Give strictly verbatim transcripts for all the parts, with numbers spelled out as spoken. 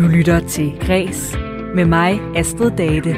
Du lytter til Græs med mig, Astrid Date.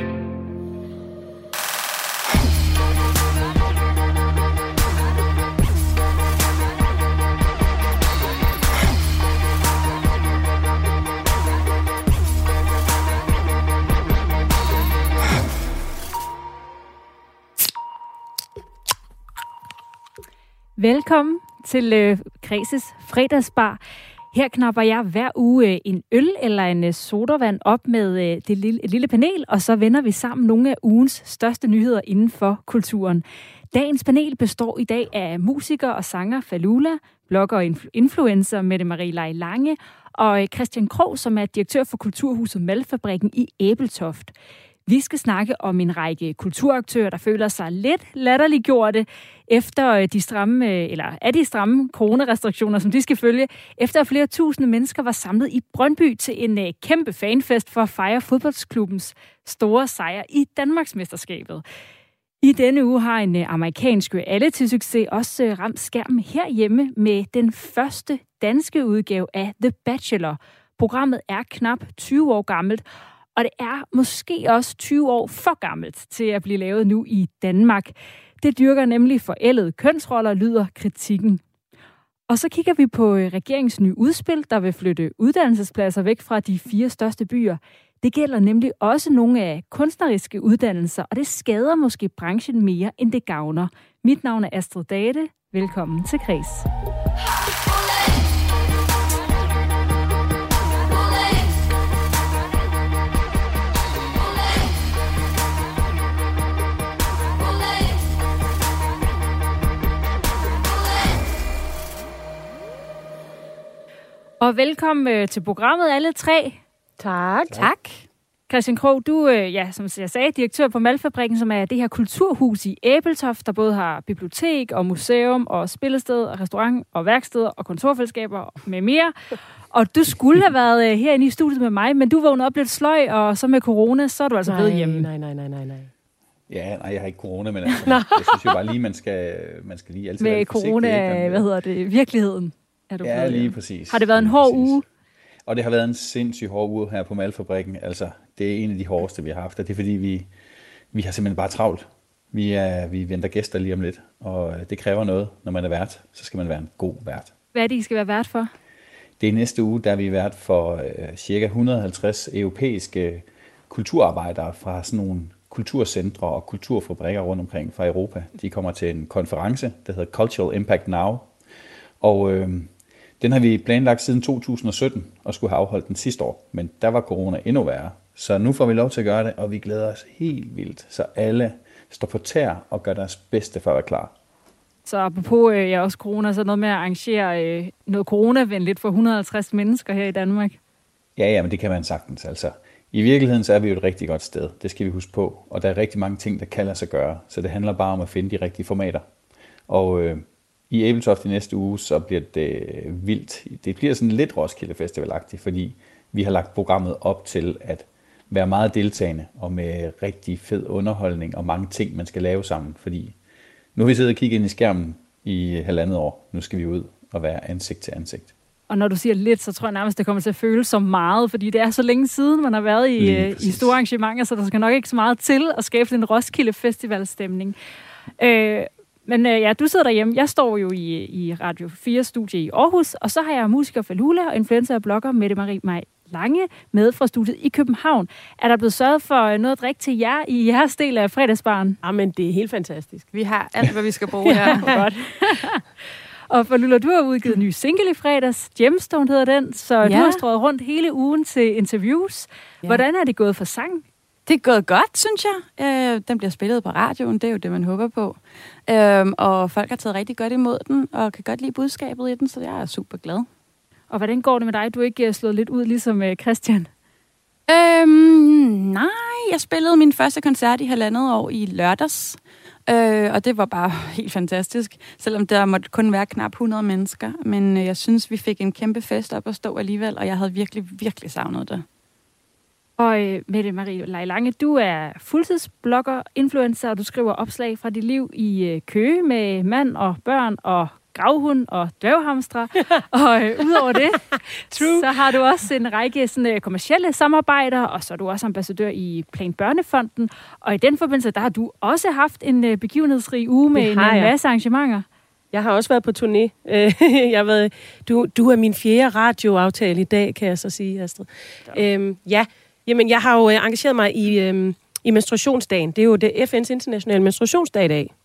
Velkommen til øh, Græses fredagsbar. Her knapper jeg hver uge øh, en øl eller en øh, sodavand op med øh, det lille, et lille panel, og så vender vi sammen nogle af ugens største nyheder inden for kulturen. Dagens panel består i dag af musiker og sanger Fallulah, blogger og influ- influencer Mette Marie Lai Lange og øh, Christian Krog, som er direktør for Kulturhuset Malfabrikken i Ebeltoft. Vi skal snakke om en række kulturaktører, der føler sig lidt latterliggjorte efter de stramme, eller af de stramme coronarestriktioner, som de skal følge, efter at flere tusinde mennesker var samlet i Brøndby til en kæmpe fanfest for at fejre fodboldsklubbens store sejr i Danmarksmesterskabet. I denne uge har en amerikansk reality-succes også ramt skærmen herhjemme med den første danske udgave af The Bachelor. Programmet er knap tyve år gammelt, og det er måske også tyve år for gammelt til at blive lavet nu i Danmark. Det dyrker nemlig forældede kønsroller, lyder kritikken. Og så kigger vi på regeringens nye udspil, der vil flytte uddannelsespladser væk fra de fire største byer. Det gælder nemlig også nogle af kunstneriske uddannelser, og det skader måske branchen mere, end det gavner. Mit navn er Astrid Date. Velkommen til Græs. Og velkommen til programmet, alle tre. Tak. Tak. Christian Krog, du ja, som jeg sagde, direktør på Malfabrikken, som er det her kulturhus i Ebeltoft, der både har bibliotek og museum og spillested og restaurant og værksteder og kontorfællesskaber med mere. Og du skulle have været herinde i studiet med mig, men du vågnede op lidt sløj, og så med corona, så er du altså nej, blevet hjemme. Nej, nej, nej, nej, nej. Ja, nej, jeg har ikke corona, men altså, jeg synes jo bare lige, man skal, man skal lige altid med være lidt forsigtig. Med corona, hvad hedder det, virkeligheden? Er du ja, lige præcis. Har det været en lige hård præcis. uge? Og det har været en sindssygt hård uge her på Malfabrikken. Altså, det er en af de hårdeste, vi har haft, og det er fordi, vi, vi har simpelthen bare travlt. Vi, er, vi venter gæster lige om lidt, og det kræver noget, når man er vært. Så skal man være en god vært. Hvad er det, I skal være vært for? Det er næste uge, der er vi vært for uh, cirka et hundrede og halvtreds europæiske kulturarbejdere fra sådan nogle kulturcentre og kulturfabrikker rundt omkring fra Europa. De kommer til en konference, der hedder Cultural Impact Now. Og øh, den har vi planlagt siden to tusind og sytten og skulle have afholdt den sidste år. Men der var corona endnu værre. Så nu får vi lov til at gøre det, og vi glæder os helt vildt. Så alle står på tær og gør deres bedste for at være klar. Så apropos øh, ja, også corona, så noget med at arrangere øh, noget coronavenligt for et hundrede og halvtreds mennesker her i Danmark. Ja, ja, men det kan man sagtens. Altså, i virkeligheden så er vi jo et rigtig godt sted. Det skal vi huske på. Og der er rigtig mange ting, der kan lade sig gøre. Så det handler bare om at finde de rigtige formater. Og øh, i Ebeltoft i næste uge, så bliver det vildt. Det bliver sådan lidt Roskilde Festival-agtigt, fordi vi har lagt programmet op til at være meget deltagende og med rigtig fed underholdning og mange ting, man skal lave sammen. Fordi nu har vi siddet og kigget ind i skærmen i halvandet år. Nu skal vi ud og være ansigt til ansigt. Og når du siger lidt, så tror jeg nærmest, det kommer til at føles som meget, fordi det er så længe siden, man har været i, i store arrangementer, så der skal nok ikke så meget til at skabe en Roskilde Festival-stemning. Øh, men øh, ja, du sidder derhjemme. Jeg står jo i, i Radio fire-studie i Aarhus, og så har jeg musiker Fallulah og influencer og blogger Mette Marie Lai Lange med fra studiet i København. Er der blevet sørget for noget at drikke til jer i jeres del af fredagsbaren? Jamen, det er helt fantastisk. Vi har alt, hvad vi skal bruge her. Godt. Og Fallulah, du har udgivet en ny single i fredags. Gemstone hedder den, så ja. Du har strøget rundt hele ugen til interviews. Ja. Hvordan er det gået for sang? Det er gået godt, synes jeg. Øh, den bliver spillet på radioen, det er jo det, man håber på. Øh, og folk har taget rigtig godt imod den, og kan godt lide budskabet i den, så jeg er super glad. Og hvordan går det med dig? Du er ikke slået lidt ud, ligesom Christian? Øhm, nej, jeg spillede min første koncert i halvandet år i lørdags. Øh, og det var bare helt fantastisk, selvom der måtte kun være knap hundrede mennesker. Men øh, jeg synes, vi fik en kæmpe fest op at stå alligevel, og jeg havde virkelig, virkelig savnet det. Og øh, Mette Marie Lai Lange, du er fuldtidsblogger, influencer, og du skriver opslag fra dit liv i øh, Køge med mand og børn og gravhund og dværghamstre. Og øh, udover det, True. så har du også en række sådan, kommercielle samarbejder, og så er du også ambassadør i Plan Børnefonden. Og i den forbindelse, der har du også haft en øh, begivenhedsrig uge med en jeg. masse arrangementer. Jeg har også været på turné. jeg har været, du, du er min fjerde radioaftale i dag, kan jeg så sige, Astrid. Øhm, ja, jamen jeg har jo engageret mig i, øhm, i menstruationsdagen. Det er jo det F N's internationale menstruationsdag i dag.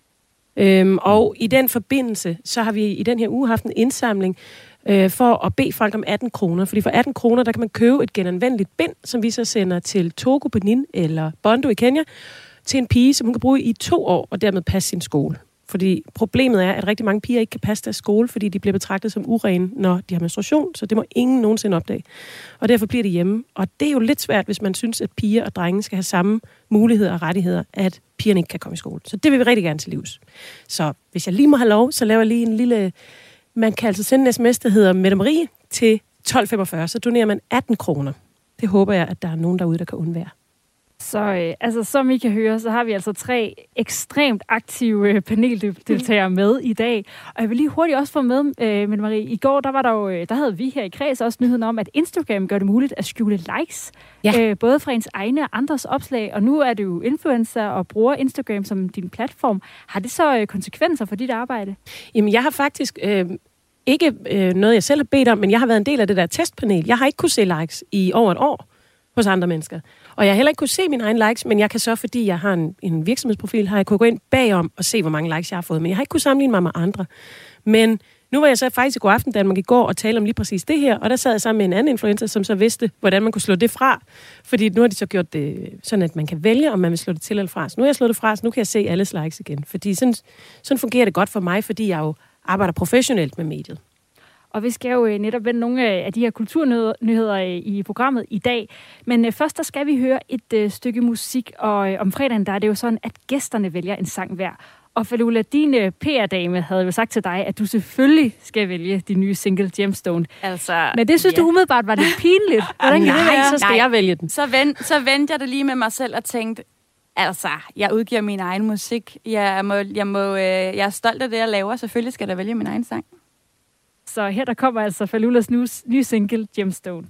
Øhm, og i den forbindelse, så har vi i den her uge haft en indsamling øh, for at bede folk om atten kroner. Fordi for atten kroner, der kan man købe et genanvendeligt bind, som vi så sender til Togo, Benin eller Bondo i Kenya, til en pige, som hun kan bruge i to år, og dermed passe sin skole. Fordi problemet er, at rigtig mange piger ikke kan passe deres skole, fordi de bliver betragtet som urene, når de har menstruation, så det må ingen nogensinde opdage. Og derfor bliver de hjemme. Og det er jo lidt svært, hvis man synes, at piger og drenge skal have samme muligheder og rettigheder, at pigerne ikke kan komme i skole. Så det vil vi rigtig gerne til livs. Så hvis jeg lige må have lov, så laver jeg lige en lille... Man kan altså sende en sms, der hedder Mette Marie til tolv femogfyrre, så donerer man atten kroner. Det håber jeg, at der er nogen derude, der kan undvære. Så øh, altså, som I kan høre, så har vi altså tre ekstremt aktive øh, paneldeltagere med i dag. Og jeg vil lige hurtigt også få med, øh, Mette Marie, i går, der var der jo, øh, der havde vi her i Kreds også nyheden om, at Instagram gør det muligt at skjule likes, ja. øh, både fra ens egne og andres opslag. Og nu er du jo influencer og bruger Instagram som din platform. Har det så øh, konsekvenser for dit arbejde? Jamen, jeg har faktisk... Øh Ikke øh, noget, jeg selv har bedt om, men jeg har været en del af det der testpanel. Jeg har ikke kunne se likes i over et år hos andre mennesker. Og jeg har heller ikke kunne se mine egne likes, men jeg kan så, fordi jeg har en, en virksomhedsprofil, har jeg kunnet gå ind bagom og se, hvor mange likes jeg har fået. Men jeg har ikke kunne sammenligne mig med andre. Men nu var jeg så faktisk i God Aften Danmark i går og tale om lige præcis det her, og der sad jeg sammen med en anden influencer, som så vidste, hvordan man kunne slå det fra. Fordi nu har de så gjort det sådan, at man kan vælge, om man vil slå det til eller fra. Så nu har jeg slået det fra, så nu kan jeg se alles likes igen. Fordi sådan, sådan fungerer det godt for mig, fordi jeg jo arbejder professionelt med mediet. Og vi skal jo netop vende nogle af de her kulturnyheder i programmet i dag. Men først der skal vi høre et stykke musik, og om fredagen der er det jo sådan, at gæsterne vælger en sang hver. Og Falula, din P R-dame havde jo sagt til dig, at du selvfølgelig skal vælge din nye single Gemstone. Altså, Men det synes ja. du umiddelbart var lidt pinligt. Hvordan kan Nej, det være? så skal Nej. jeg vælge den. Så, vent, så vendte jeg det lige med mig selv og tænkte, altså, jeg udgiver min egen musik. Jeg, må, jeg, må, øh, jeg er stolt af det, jeg laver. Selvfølgelig skal jeg vælge min egen sang. Så her der kommer altså Falulas nye single Gemstone.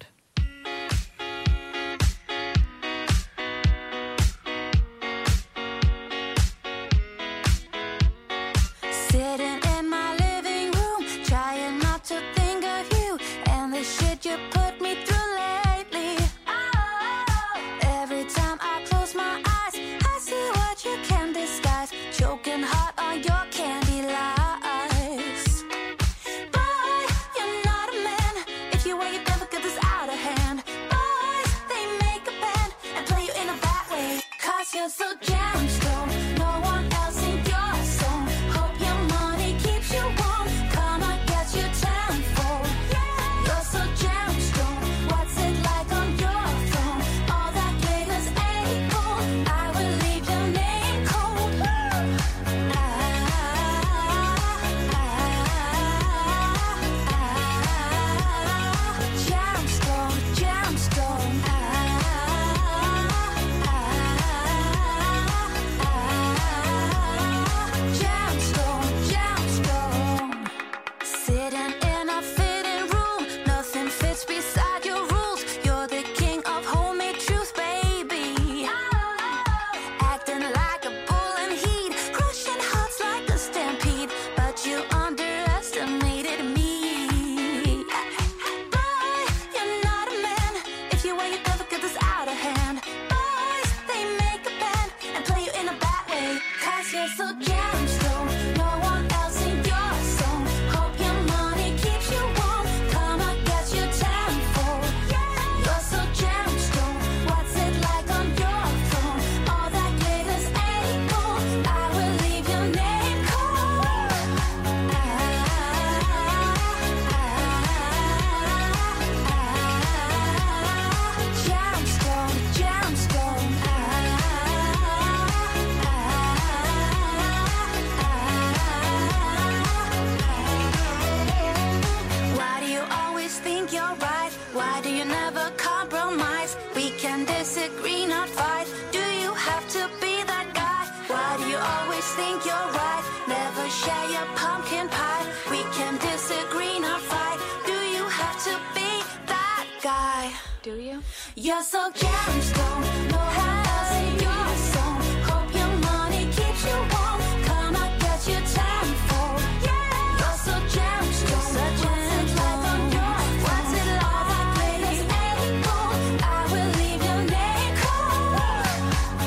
Think you're right, never share your pumpkin pie. to be that guy. Do you? You're so gemstone, no house in your zone. Hope your money keeps you warm. Come on, get your time for. Yeah. You're so gemstone, what's it like on your what's it like on greatest April? I will leave your name cold.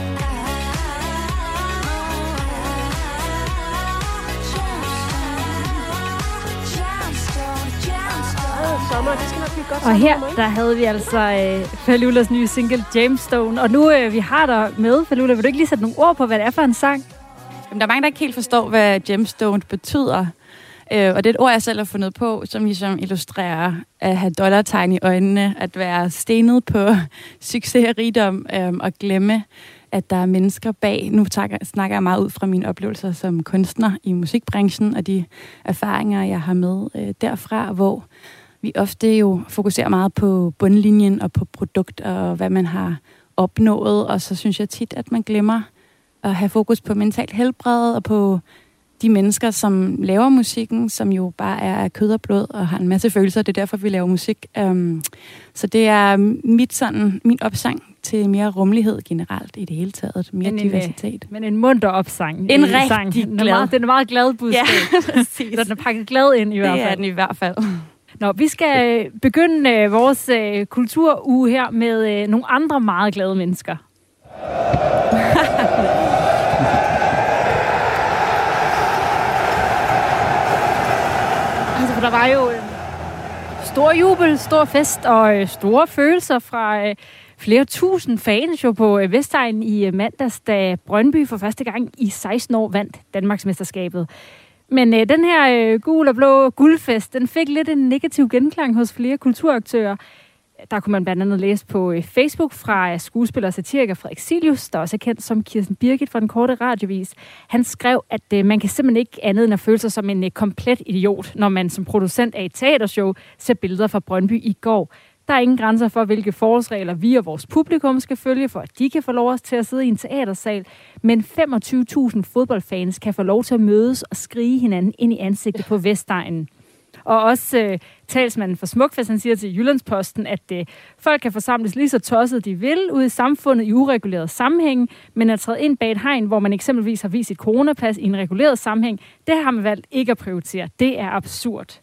Gemstone, gemstone. Sommer, det skal nok blive godt. Og her, sommer, der havde vi altså øh, Falulas nye single, Gemstone. Og nu øh, vi har dig med, Falula. Vil du ikke lige sætte nogle ord på, hvad det er for en sang? Jamen, der er mange, der ikke helt forstår, hvad gemstone betyder. Øh, og det er et ord, jeg selv har fundet på, som ligesom illustrerer at have dollartegn i øjnene, at være stenet på succes og rigdom, øh, og glemme, at der er mennesker bag. Nu takker, snakker jeg meget ud fra mine oplevelser som kunstner i musikbranchen, og de erfaringer, jeg har med øh, derfra, hvor vi ofte jo fokuserer meget på bundlinjen og på produkt og hvad man har opnået, og så synes jeg tit, at man glemmer at have fokus på mentalt helbred og på de mennesker, som laver musikken, som jo bare er af kød og blod og har en masse følelser. Det er derfor, vi laver musik. Um, så det er mit sådan, min opsang til mere rummelighed generelt i det hele taget. Mere men diversitet. En, men en munter opsang. En, en rigtig sang. glad. Den er meget, den er meget glad budskab. Ja, præcis. Så den er pakket glad ind i hvert fald. Det er den i hvert fald. Nå, vi skal begynde øh, vores øh, kulturuge her med øh, nogle andre meget glade mennesker. Altså, for der var jo øh, stor jubel, stor fest og øh, store følelser fra øh, flere tusind fans jo på øh, Vestegnen i øh, mandags, da Brøndby for første gang i seksten år vandt Danmarksmesterskabet. Men øh, den her øh, gul og blå guldfest, den fik lidt en negativ genklang hos flere kulturaktører. Der kunne man blandt andet læse på øh, Facebook fra skuespiller og satiriker Frederik Silius, der også er kendt som Kirsten Birgit fra Den Korte Radiovis. Han skrev, at øh, man kan simpelthen ikke andet end at føle sig som en øh, komplet idiot, når man som producent af et teatershow ser billeder fra Brøndby i går. Der er ingen grænser for, hvilke forholdsregler vi og vores publikum skal følge, for at de kan få lov til at sidde i en teatersal. Men femogtyve tusind fodboldfans kan få lov til at mødes og skrige hinanden ind i ansigtet på Vestegnen. Og også øh, talsmanden for Smukfest, han siger til Jyllandsposten, at øh, folk kan forsamles lige så tosset de vil ude i samfundet i ureguleret sammenhæng, men at træde ind bag et hegn, hvor man eksempelvis har vist sit coronapas i en reguleret sammenhæng, det har man valgt ikke at prioritere. Det er absurd.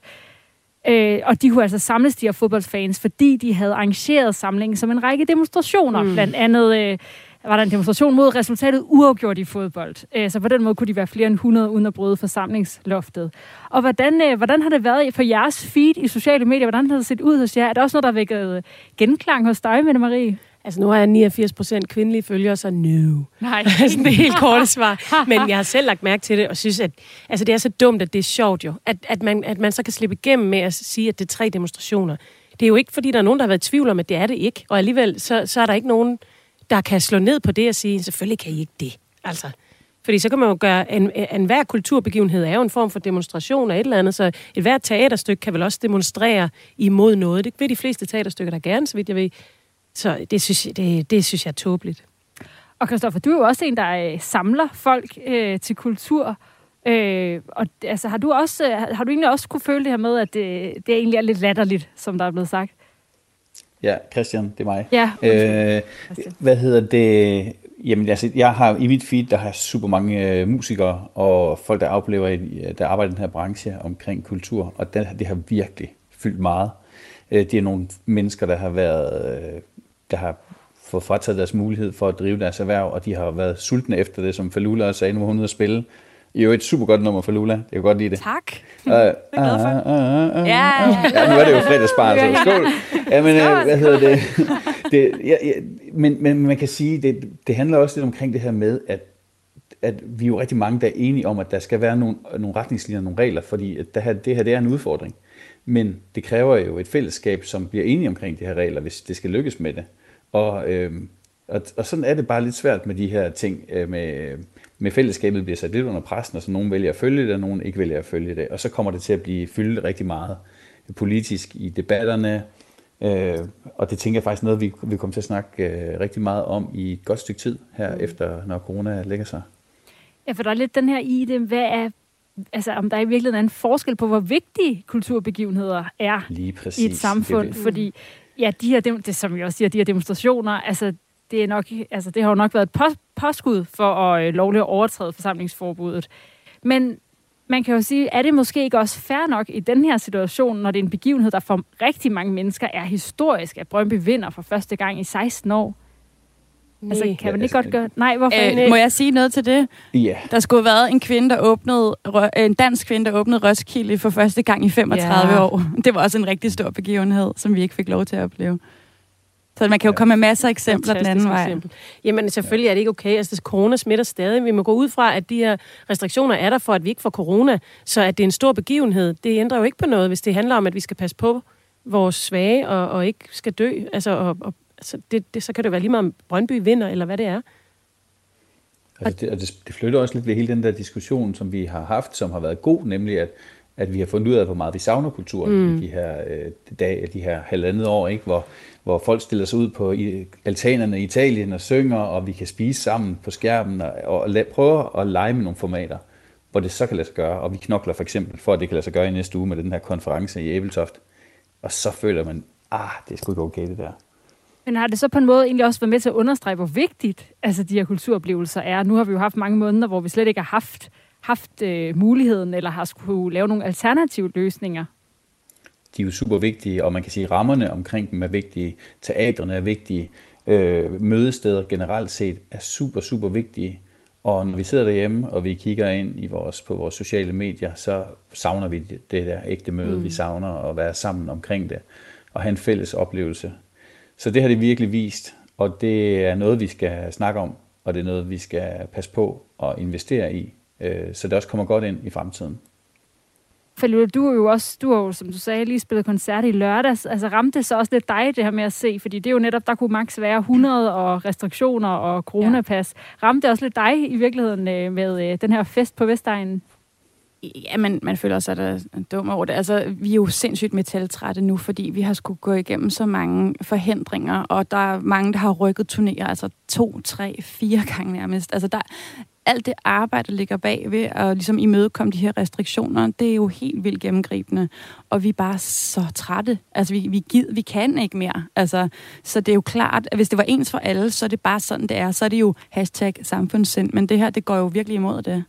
Øh, og de kunne altså samles, de her fodboldfans, fordi de havde arrangeret samlingen som en række demonstrationer. Mm. Blandt andet øh, var der en demonstration mod resultatet uafgjort i fodbold. Øh, så på den måde kunne de være flere end hundrede uden at bryde forsamlingsloftet. Og hvordan, øh, hvordan har det været på jeres feed i sociale medier? Hvordan har det set ud hos jer? Er der også noget, der har vækket genklang hos dig, Mette Marie? Altså, nu har jeg niogfirs procent kvindelige følgere, så no. Nej. Sådan det helt korte svar. Men jeg har selv lagt mærke til det, og synes, at altså, det er så dumt, at det er sjovt jo. At, at, man, at man så kan slippe igennem med at sige, at det er tre demonstrationer. Det er jo ikke, fordi der er nogen, der har været i tvivl om, at det er det ikke. Og alligevel, så, så er der ikke nogen, der kan slå ned på det og sige, selvfølgelig kan I ikke det. Altså, fordi så kan man jo gøre, en, en hver kulturbegivenhed er jo en form for demonstration af et eller andet, så et hvert teaterstykke kan vel også demonstrere imod noget. Det vil de fleste teaterstykker, der gerne, så vidt jeg ved. Så det synes jeg, det, det synes jeg er tåbeligt. Og Christoffer, du er jo også en, der øh, samler folk øh, til kultur. Øh, og altså, har du også, øh, har du egentlig også kunne føle det her med, at det, det egentlig er lidt latterligt, som der er blevet sagt? Ja, Christian, det er mig. Ja. Øh, hvad hedder det? Jamen, altså, jeg har i mit feed, der har super mange øh, musikere og folk, der oplever, der arbejder i den her branche omkring kultur, og det, det har virkelig fyldt meget. Øh, det er nogle mennesker, der har været, øh, der har fået frataget deres mulighed for at drive deres erhverv, og de har været sultne efter det, som Falula sagde, nu var hun ude at spille. I jo et super godt nummer for Lula. Jeg kan godt lide det. Tak. Uh, det er glad for. Uh, uh, uh, uh. Ja, ja, nu er det jo fredagsbar, så skål. Ja, men uh, hvad hedder det? det ja, ja, men, men man kan sige, det, det handler også lidt omkring det her med, at, at vi er jo rigtig mange, der er enige om, at der skal være nogle, nogle retningslinjer, nogle regler, fordi at det, her, det her det er en udfordring. Men det kræver jo et fællesskab, som bliver enige omkring de her regler, hvis det skal lykkes med det. Og, øh, og, og sådan er det bare lidt svært med de her ting, øh, med, med fællesskabet bliver sat lidt under pressen, og så nogen vælger at følge det, og nogen ikke vælger at følge det. Og så kommer det til at blive fyldt rigtig meget politisk i debatterne, øh, og det tænker jeg faktisk noget, vi, vi kommer til at snakke øh, rigtig meget om i et godt stykke tid her, mm. efter når corona lægger sig. Ja, for der er lidt den her i det, hvad er altså, om der i virkeligheden er en forskel på, hvor vigtige kulturbegivenheder er Lige præcis. i et samfund. Det, fordi, ja, de her, det, som vi også siger, de her demonstrationer, altså, det, er nok, altså, det har jo nok været et pås, påskud for at øh, lovligt at overtræde forsamlingsforbuddet. Men man kan jo sige, er det måske ikke også fair nok i den her situation, når det er en begivenhed, der for rigtig mange mennesker er historisk, at Brøndby vinder for første gang i seksten år? Nej. Altså, kan man ikke godt gøre... Nej, hvorfor? Øh, må jeg sige noget til det? Ja. Der skulle have været en kvinde, der åbnede... En dansk kvinde, der åbnede Roskilde for første gang i femogtredive ja. år. Det var også en rigtig stor begivenhed, som vi ikke fik lov til at opleve. Så man kan jo komme med masser af eksempler den anden vej. Eksempel. Jamen selvfølgelig er det ikke okay. Altså, corona smitter stadig. Vi må gå ud fra, at de her restriktioner er der for, at vi ikke får corona. Så at det er en stor begivenhed, det ændrer jo ikke på noget, hvis det handler om, at vi skal passe på vores svage og, og ikke skal dø. Altså, og, og, altså det, det, så kan det være lige meget om Brøndby vinder, eller hvad det er. Altså det, og det, det flytter også lidt ved hele den der diskussion, som vi har haft, som har været god, nemlig at, at vi har fundet ud af, hvor meget vi savner kulturen mm. i de her, øh, dag, de her halvandet år, ikke? Hvor, hvor folk stiller sig ud på i, altanerne i Italien og synger, og vi kan spise sammen på skærmen og, og la, prøve at lege med nogle formater, hvor det så kan lade sig gøre. Og vi knokler for eksempel for, at det kan lade sig gøre i næste uge med den her konference i Ebeltoft. Og så føler man, ah, det er sgu ikke okay det der. Men har det så på en måde egentlig også været med til at understrege, hvor vigtigt altså, de her kulturoplevelser er? Nu har vi jo haft mange måneder, hvor vi slet ikke har haft, haft øh, muligheden, eller har skulle lave nogle alternative løsninger. De er jo super vigtige, og man kan sige, at rammerne omkring dem er vigtige. Teatrene er vigtige. Øh, mødesteder generelt set er super, super vigtige. Og når vi sidder derhjemme, og vi kigger ind i vores, på vores sociale medier, så savner vi det, det der ægte møde. Mm. Vi savner at være sammen omkring det, og have en fælles oplevelse. Så det har det virkelig vist, og det er noget, vi skal snakke om, og det er noget, vi skal passe på og investere i, så det også kommer godt ind i fremtiden. Falula, du er jo også, du har jo, som du sagde, lige spillet koncert i lørdags. Altså ramte det så også lidt dig, det her med at se? Fordi det er jo netop, der kunne maks være hundrede og restriktioner og coronapas. Ja. Ramte det også lidt dig i virkeligheden med den her fest på Vestegnen? Ja, men man føler sig da dum over det. Altså, vi er jo sindssygt metaltrætte nu, fordi vi har skulle gå igennem så mange forhindringer, og der er mange, der har rykket turnéer, altså to, tre, fire gange nærmest. Altså, der, alt det arbejde, der ligger bag ved at ligesom imødekomme de her restriktioner, det er jo helt vildt gennemgribende, og vi er bare så trætte. Altså, vi, vi, gid, vi kan ikke mere. Altså, så det er jo klart, at hvis det var ens for alle, så er det bare sådan, det er. Så er det jo hashtag samfundssind, men det her, det går jo virkelig imod det.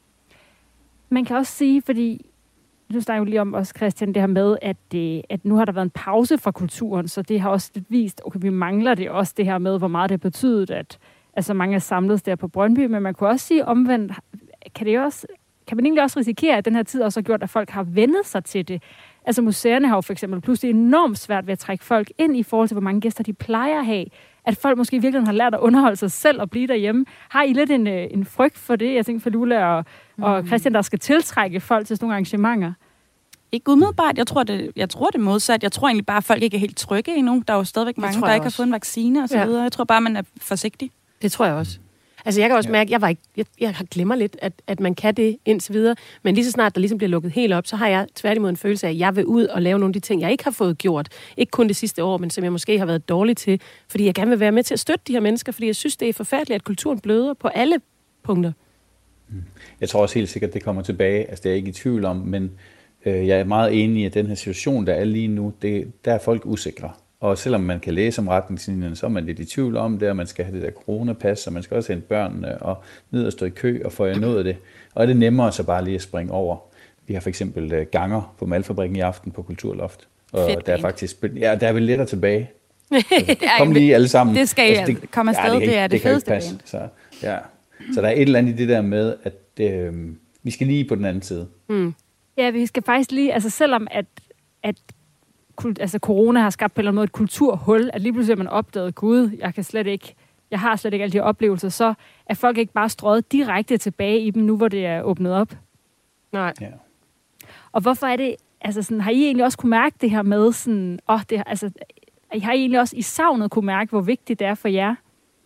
Man kan også sige, fordi du snakker jo lige om også, Christian, det her med, at, det, at nu har der været en pause fra kulturen, så det har også lidt vist, okay, vi mangler det også det her med, hvor meget det har betydet, at altså, mange er samlet der på Brøndby, men man kunne også sige omvendt, kan, det også, kan man egentlig også risikere, at den her tid også har gjort, at folk har vendet sig til det? Altså museerne har jo for eksempel pludselig enormt svært ved at trække folk ind i forhold til, hvor mange gæster de plejer at have. At folk måske virkelig har lært at underholde sig selv og blive derhjemme. Har I lidt en, en frygt for det? Jeg tænker for Falula og, mm. og Christian, der skal tiltrække folk til sådan nogle arrangementer. Ikke umiddelbart. Jeg tror, det, jeg tror det modsat. Jeg tror egentlig bare, at folk ikke er helt trygge endnu. Der er jo stadigvæk mange, der ikke har fået en vaccine og så videre. Ja. Jeg tror bare, man er forsigtig. Det tror jeg også. Altså jeg kan også mærke, jeg var ikke, jeg, jeg glemmer lidt, at, at man kan det indtil videre. Men lige så snart der ligesom bliver lukket helt op, så har jeg tværtimod en følelse af, at jeg vil ud og lave nogle af de ting, jeg ikke har fået gjort. Ikke kun det sidste år, men som jeg måske har været dårlig til. Fordi jeg gerne vil være med til at støtte de her mennesker, fordi jeg synes, det er forfærdeligt, at kulturen bløder på alle punkter. Jeg tror også helt sikkert, det kommer tilbage. Altså det er jeg ikke i tvivl om, men øh, jeg er meget enig i, at den her situation, der er lige nu, det, der er folk usikre. Og selvom man kan læse om retningslinjerne, så er man lidt i tvivl om det, og man skal have det der coronapas, og man skal også hente børnene og ned og stå i kø og få noget af det. Og er det nemmere så bare lige at springe over. Vi har for eksempel ganger på Malfabrikken i aften på Kulturloft. Og Fedt, der er faktisk, ja, der er vel lidt tilbage. Altså, kom lige alle sammen. Det skal altså, det, komme afsted, ja, det, det er det, det fedeste band. Så, ja. så der er et eller andet i det der med, at øh, vi skal lige på den anden side. Mm. Ja, vi skal faktisk lige, altså selvom at, at altså corona har skabt på en eller anden måde et kulturhul, at lige pludselig har man opdaget, gud, jeg kan slet ikke, jeg har slet ikke alle de oplevelser, så er folk ikke bare strøget direkte tilbage i dem, nu hvor det er åbnet op. Nej. Ja. Og hvorfor er det, altså sådan, har I egentlig også kunne mærke det her med sådan, åh, det, altså, har I egentlig også i savnet kunne mærke, hvor vigtigt det er for jer?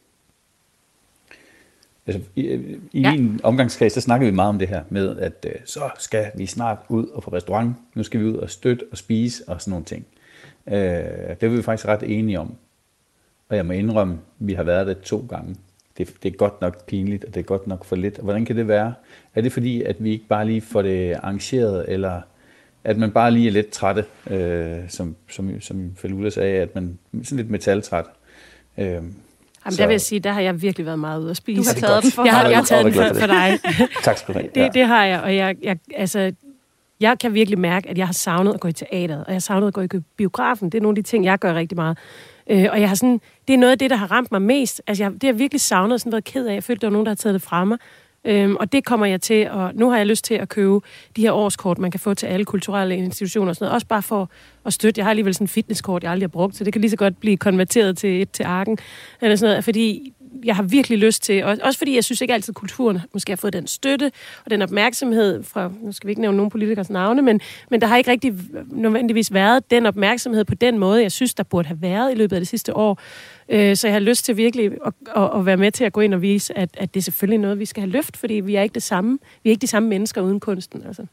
Altså, I, i ja. min omgangskreds, så snakker vi meget om det her med, at øh, så skal vi snart ud og på restaurant. Nu skal vi ud og støtte og spise og sådan nogle ting. Øh, det er vi faktisk ret enige om. Og jeg må indrømme, at vi har været det to gange. det, det er godt nok pinligt, og det er godt nok for lidt. Og hvordan kan det være? Er det fordi, at vi ikke bare lige får det arrangeret, eller at man bare lige er lidt trætte, øh, som, som, som Falula sagde, at man er sådan lidt metaltræt. Øh, Jamen, der vil jeg sige, der har jeg virkelig været meget ude at spise. Du har taget den for jeg har, jeg har taget dig. den for, for dig. Tak skal du have. Det, det har jeg, og jeg, jeg, altså, jeg kan virkelig mærke, at jeg har savnet at gå i teateret, og jeg har savnet at gå i biografen. Det er nogle af de ting, jeg gør rigtig meget. Øh, og jeg har sådan, det er noget af det, der har ramt mig mest. Altså, jeg, det har jeg virkelig savnet og sådan været ked af. Jeg følte, der var nogen, der har taget det fra mig. Øhm, og det kommer jeg til, og nu har jeg lyst til at købe de her årskort, man kan få til alle kulturelle institutioner og sådan noget. Også bare for at støtte. Jeg har alligevel sådan en fitnesskort, jeg aldrig har brugt, så det kan lige så godt blive konverteret til et til Arken. Eller sådan noget, fordi jeg har virkelig lyst til, og også fordi jeg synes ikke altid, at kulturen måske har fået den støtte og den opmærksomhed fra, nu skal vi ikke nævne nogen politikers navne, men, men der har ikke rigtig nødvendigvis været den opmærksomhed på den måde, jeg synes, der burde have været i løbet af det sidste år. Øh, så jeg har lyst til virkelig at, at, at være med til at gå ind og vise, at, at det er selvfølgelig noget, vi skal have løft, fordi vi er ikke det samme. Vi er ikke de samme mennesker uden kunsten. Altså.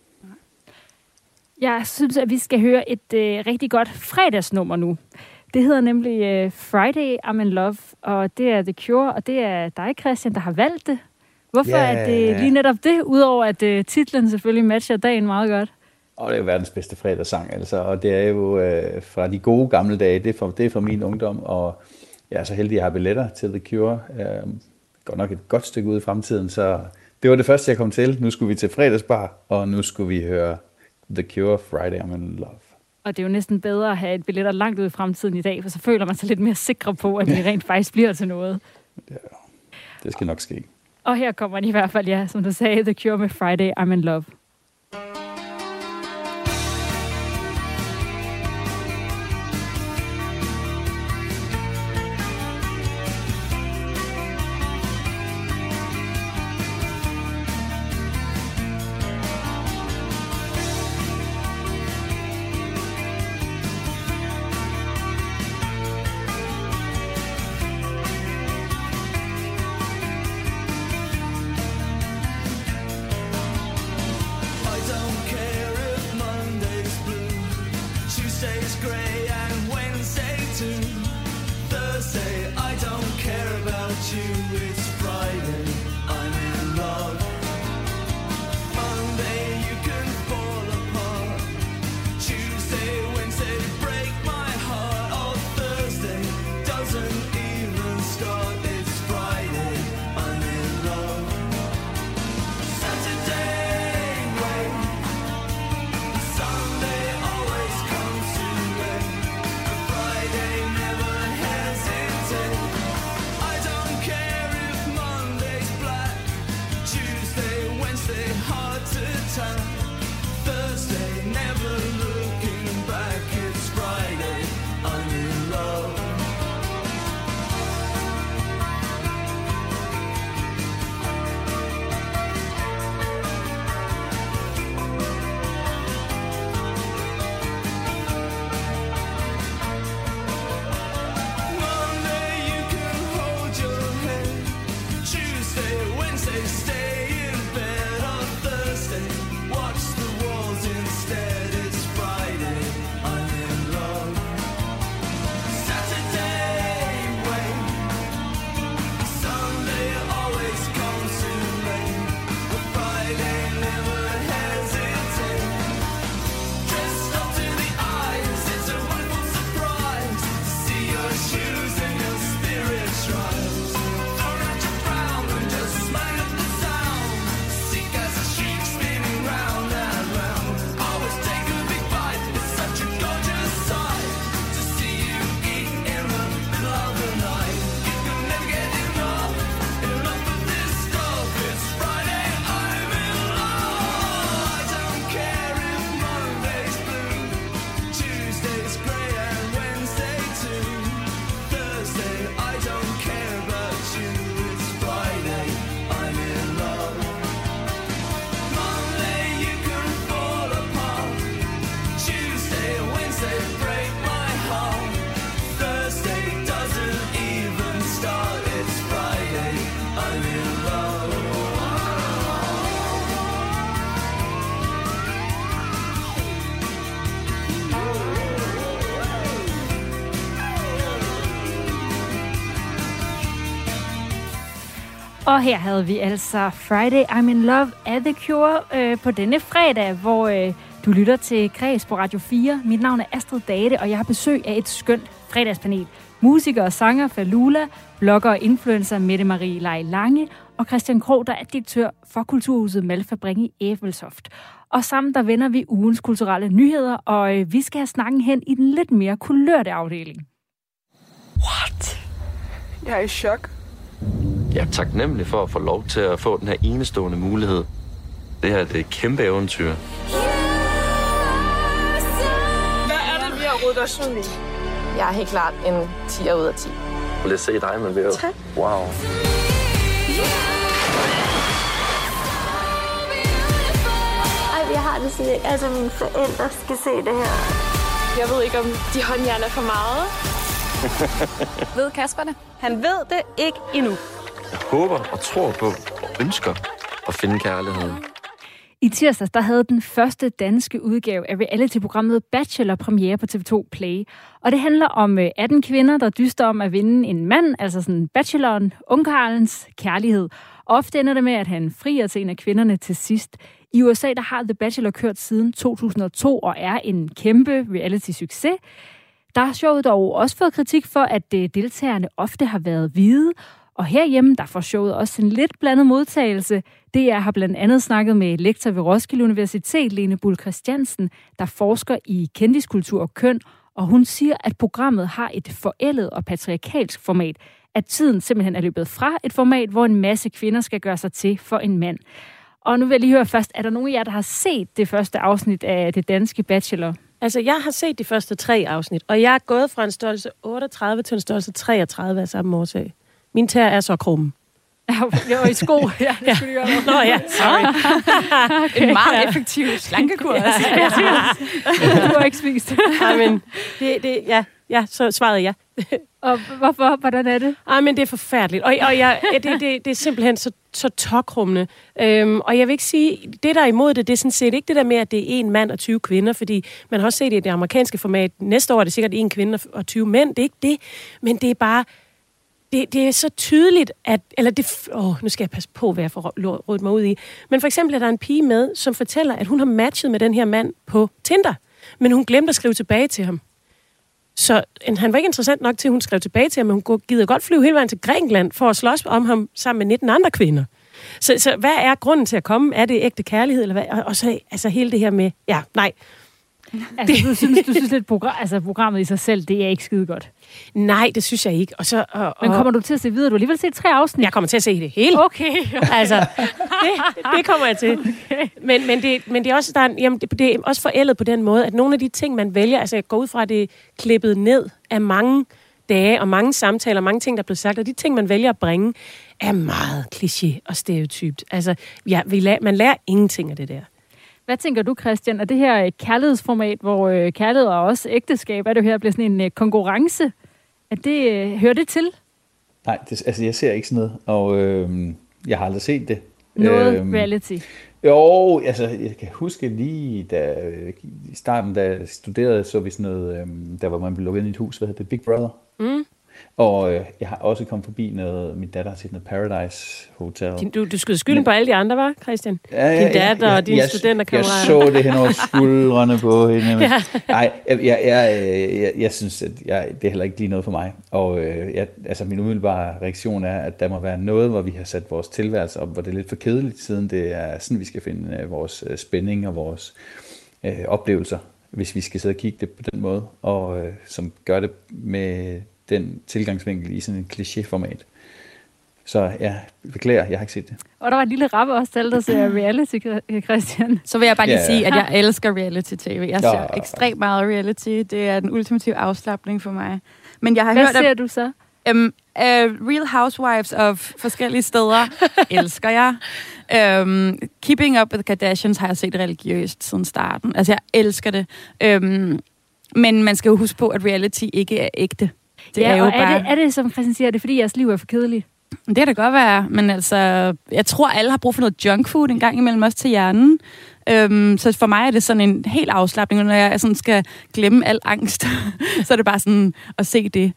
Jeg synes, at vi skal høre et øh, rigtig godt fredagsnummer nu. Det hedder nemlig øh, Friday I'm in Love, og det er The Cure, og det er dig, Christian, der har valgt det. Hvorfor yeah. er det lige netop det, udover at øh, titlen selvfølgelig matcher dagen meget godt? Og det er jo verdens bedste fredagssang, altså, og det er jo øh, fra de gode gamle dage, det er fra, det er fra min ungdom, og jeg er så heldig, at jeg har billetter til The Cure. Jeg går nok et godt stykke ud i fremtiden, så det var det første, jeg kom til. Nu skulle vi til fredagsbar, og nu skulle vi høre The Cure, Friday I'm in Love. Og det er jo næsten bedre at have et billetter langt ud i fremtiden i dag, for så føler man sig lidt mere sikre på, at det rent faktisk bliver til noget. Ja, det skal nok ske. Og her kommer de i hvert fald, ja, som du sagde, The Cure med Friday I'm in Love. Care Og her havde vi altså Friday I'm in Love af The Cure øh, på denne fredag, hvor øh, du lytter til Kreds på Radio fire. Mit navn er Astrid Date, og jeg har besøg af et skønt fredagspanel. Musiker og sanger Falula, blogger og influencer Mette Marie Lej Lange og Christian Krog, der er direktør for Kulturhuset Malfabrik i Ebeltoft. Og sammen der vender vi ugens kulturelle nyheder, og øh, vi skal have snakken hen i den lidt mere kulørte afdeling. What? Jeg er i chok. Jeg er taknemmelig for at få lov til at få den her enestående mulighed. Det her det er et kæmpe eventyr. Hvad er det, vi har rodet os ud i? Jeg er helt klart en ti ud af ti. Lad os se dig, man vil. Wow. Ej, jeg har det sådan, altså mine forældre skal se det her. Jeg ved ikke, om de håndjern er for meget. Ved Kasper det? Han ved det ikke endnu. Jeg håber og tror på og ønsker at finde kærligheden. I tirsdags der havde den første danske udgave af reality-programmet Bachelor premiere på T V to Play. Og det handler om atten kvinder, der dyster om at vinde en mand, altså sådan bacheloren, ungkarlens kærlighed. Ofte ender det med, at han frier til en af kvinderne til sidst. I U S A der har The Bachelor kørt siden to tusind og to og er en kæmpe reality-succes. Der har showet dog også fået kritik for, at deltagerne ofte har været hvide. Og herhjemme, der får showet også en lidt blandet modtagelse. D R har blandt andet snakket med lektor ved Roskilde Universitet, Lene Bull Christiansen, der forsker i kendiskultur og køn, og hun siger, at programmet har et forældet og patriarkalsk format, at tiden simpelthen er løbet fra et format, hvor en masse kvinder skal gøre sig til for en mand. Og nu vil jeg lige høre først, er der nogen af jer, der har set det første afsnit af det danske Bachelor? Altså, jeg har set de første tre afsnit, og jeg er gået fra en størrelse otteogtredive til en størrelse treogtredive af samme årsag. Min tær er så krumme. Jeg var i sko. Ja, det skulle jeg Nå ja, sorry. Okay. En meget effektiv slankekur. Ja, du har ikke spist. Ja, men det, det, ja, ja, så svarede jeg. Og hvorfor? Hvordan er det? Ah, men det er forfærdeligt. Og, og jeg, det, det, det er simpelthen så, så tokrummende. Øhm, og jeg vil ikke sige, det der er imod det, det er sådan set ikke det der med, at det er en mand og tyve kvinder, fordi man har også set det i det amerikanske format. Næste år er det sikkert en kvinde og tyve mænd. Det er ikke det, men det er bare... Det, det er så tydeligt, at... Eller det... Åh, nu skal jeg passe på, hvad jeg får rådet mig ud i. Men for eksempel er der en pige med, som fortæller, at hun har matchet med den her mand på Tinder. Men hun glemte at skrive tilbage til ham. Så han var ikke interessant nok til, at hun skrev tilbage til ham, men hun gider godt flyve hele vejen til Grækenland for at slås om ham sammen med nitten andre kvinder. Så, så hvad er grunden til at komme? Er det ægte kærlighed, eller hvad? Og, og så altså hele det her med... Ja, nej... Altså, du synes, du synes lidt, program, altså, programmet i sig selv, det er ikke skide godt? Nej, det synes jeg ikke. Og så, og, Men kommer du til at se videre? Du har alligevel set tre afsnit. Jeg kommer til at se det hele. Okay. Altså, det, det kommer jeg til. Okay. Men, men, det, men det er også, der er, jamen, det, det er også forældet på den måde, at nogle af de ting, man vælger, altså jeg går ud fra, at det er klippet ned af mange dage og mange samtaler, mange ting, der er blevet sagt, og de ting, man vælger at bringe, er meget kliché og stereotypt. Altså, ja, vi lærer, man lærer ingenting af det der. Hvad tænker du, Christian? Er det her kærlighedsformat, hvor øh, kærlighed og også ægteskab, er det her bliver sådan en øh, konkurrence? Er det, øh, hører det til? Nej, det, altså jeg ser ikke sådan noget, og øh, jeg har aldrig set det. Noget øhm, reality? Jo, altså jeg kan huske lige, da i starten, da jeg studerede, så vi sådan noget, øh, der hvor man blev lukket ind i et hus, hvad hedder det, Big Brother. Mm. Og øh, jeg har også kommet forbi noget, min datter har set noget Paradise Hotel. Din, du, du skyder skylden Men, på alle de andre, var Christian? Ja, ja, din datter ja, ja, og dine studenterkammerater. Jeg så det hen over skuldrene på hende. Nej, ja. jeg, jeg, jeg, jeg, jeg synes, at jeg, det er heller ikke lige noget for mig. Og øh, jeg, altså, min umiddelbare reaktion er, at der må være noget, hvor vi har sat vores tilværelse op, hvor det er lidt for kedeligt, siden det er sådan, vi skal finde øh, vores øh, spænding og vores øh, oplevelser, hvis vi skal sidde og kigge det på den måde, og øh, som gør det med den tilgangsvinkel i sådan en kliché-format. Så jeg beklager, jeg har ikke set det. Og der var et lille rappe også til, der ser reality, Christian. Så vil jeg bare lige ja, ja. sige, at jeg elsker reality-tv. Jeg ser ja. ekstremt meget reality. Det er den ultimative afslapning for mig. Men jeg har Hvad hørt, ser at, du så? Um, uh, Real Housewives of forskellige steder elsker jeg. Um, Keeping Up with Kardashians har jeg set religiøst siden starten. Altså, jeg elsker det. Um, men man skal jo huske på, at reality ikke er ægte. Det ja, er jo og bare... er, det, er det, som Christian siger, er det fordi jeres liv er for kedeligt? Det kan da godt være, men altså, jeg tror, alle har brug for noget junk food en gang imellem også til hjernen. Øhm, så for mig er det sådan en helt afslapning, når jeg sådan skal glemme al angst. Så er det bare sådan at se det.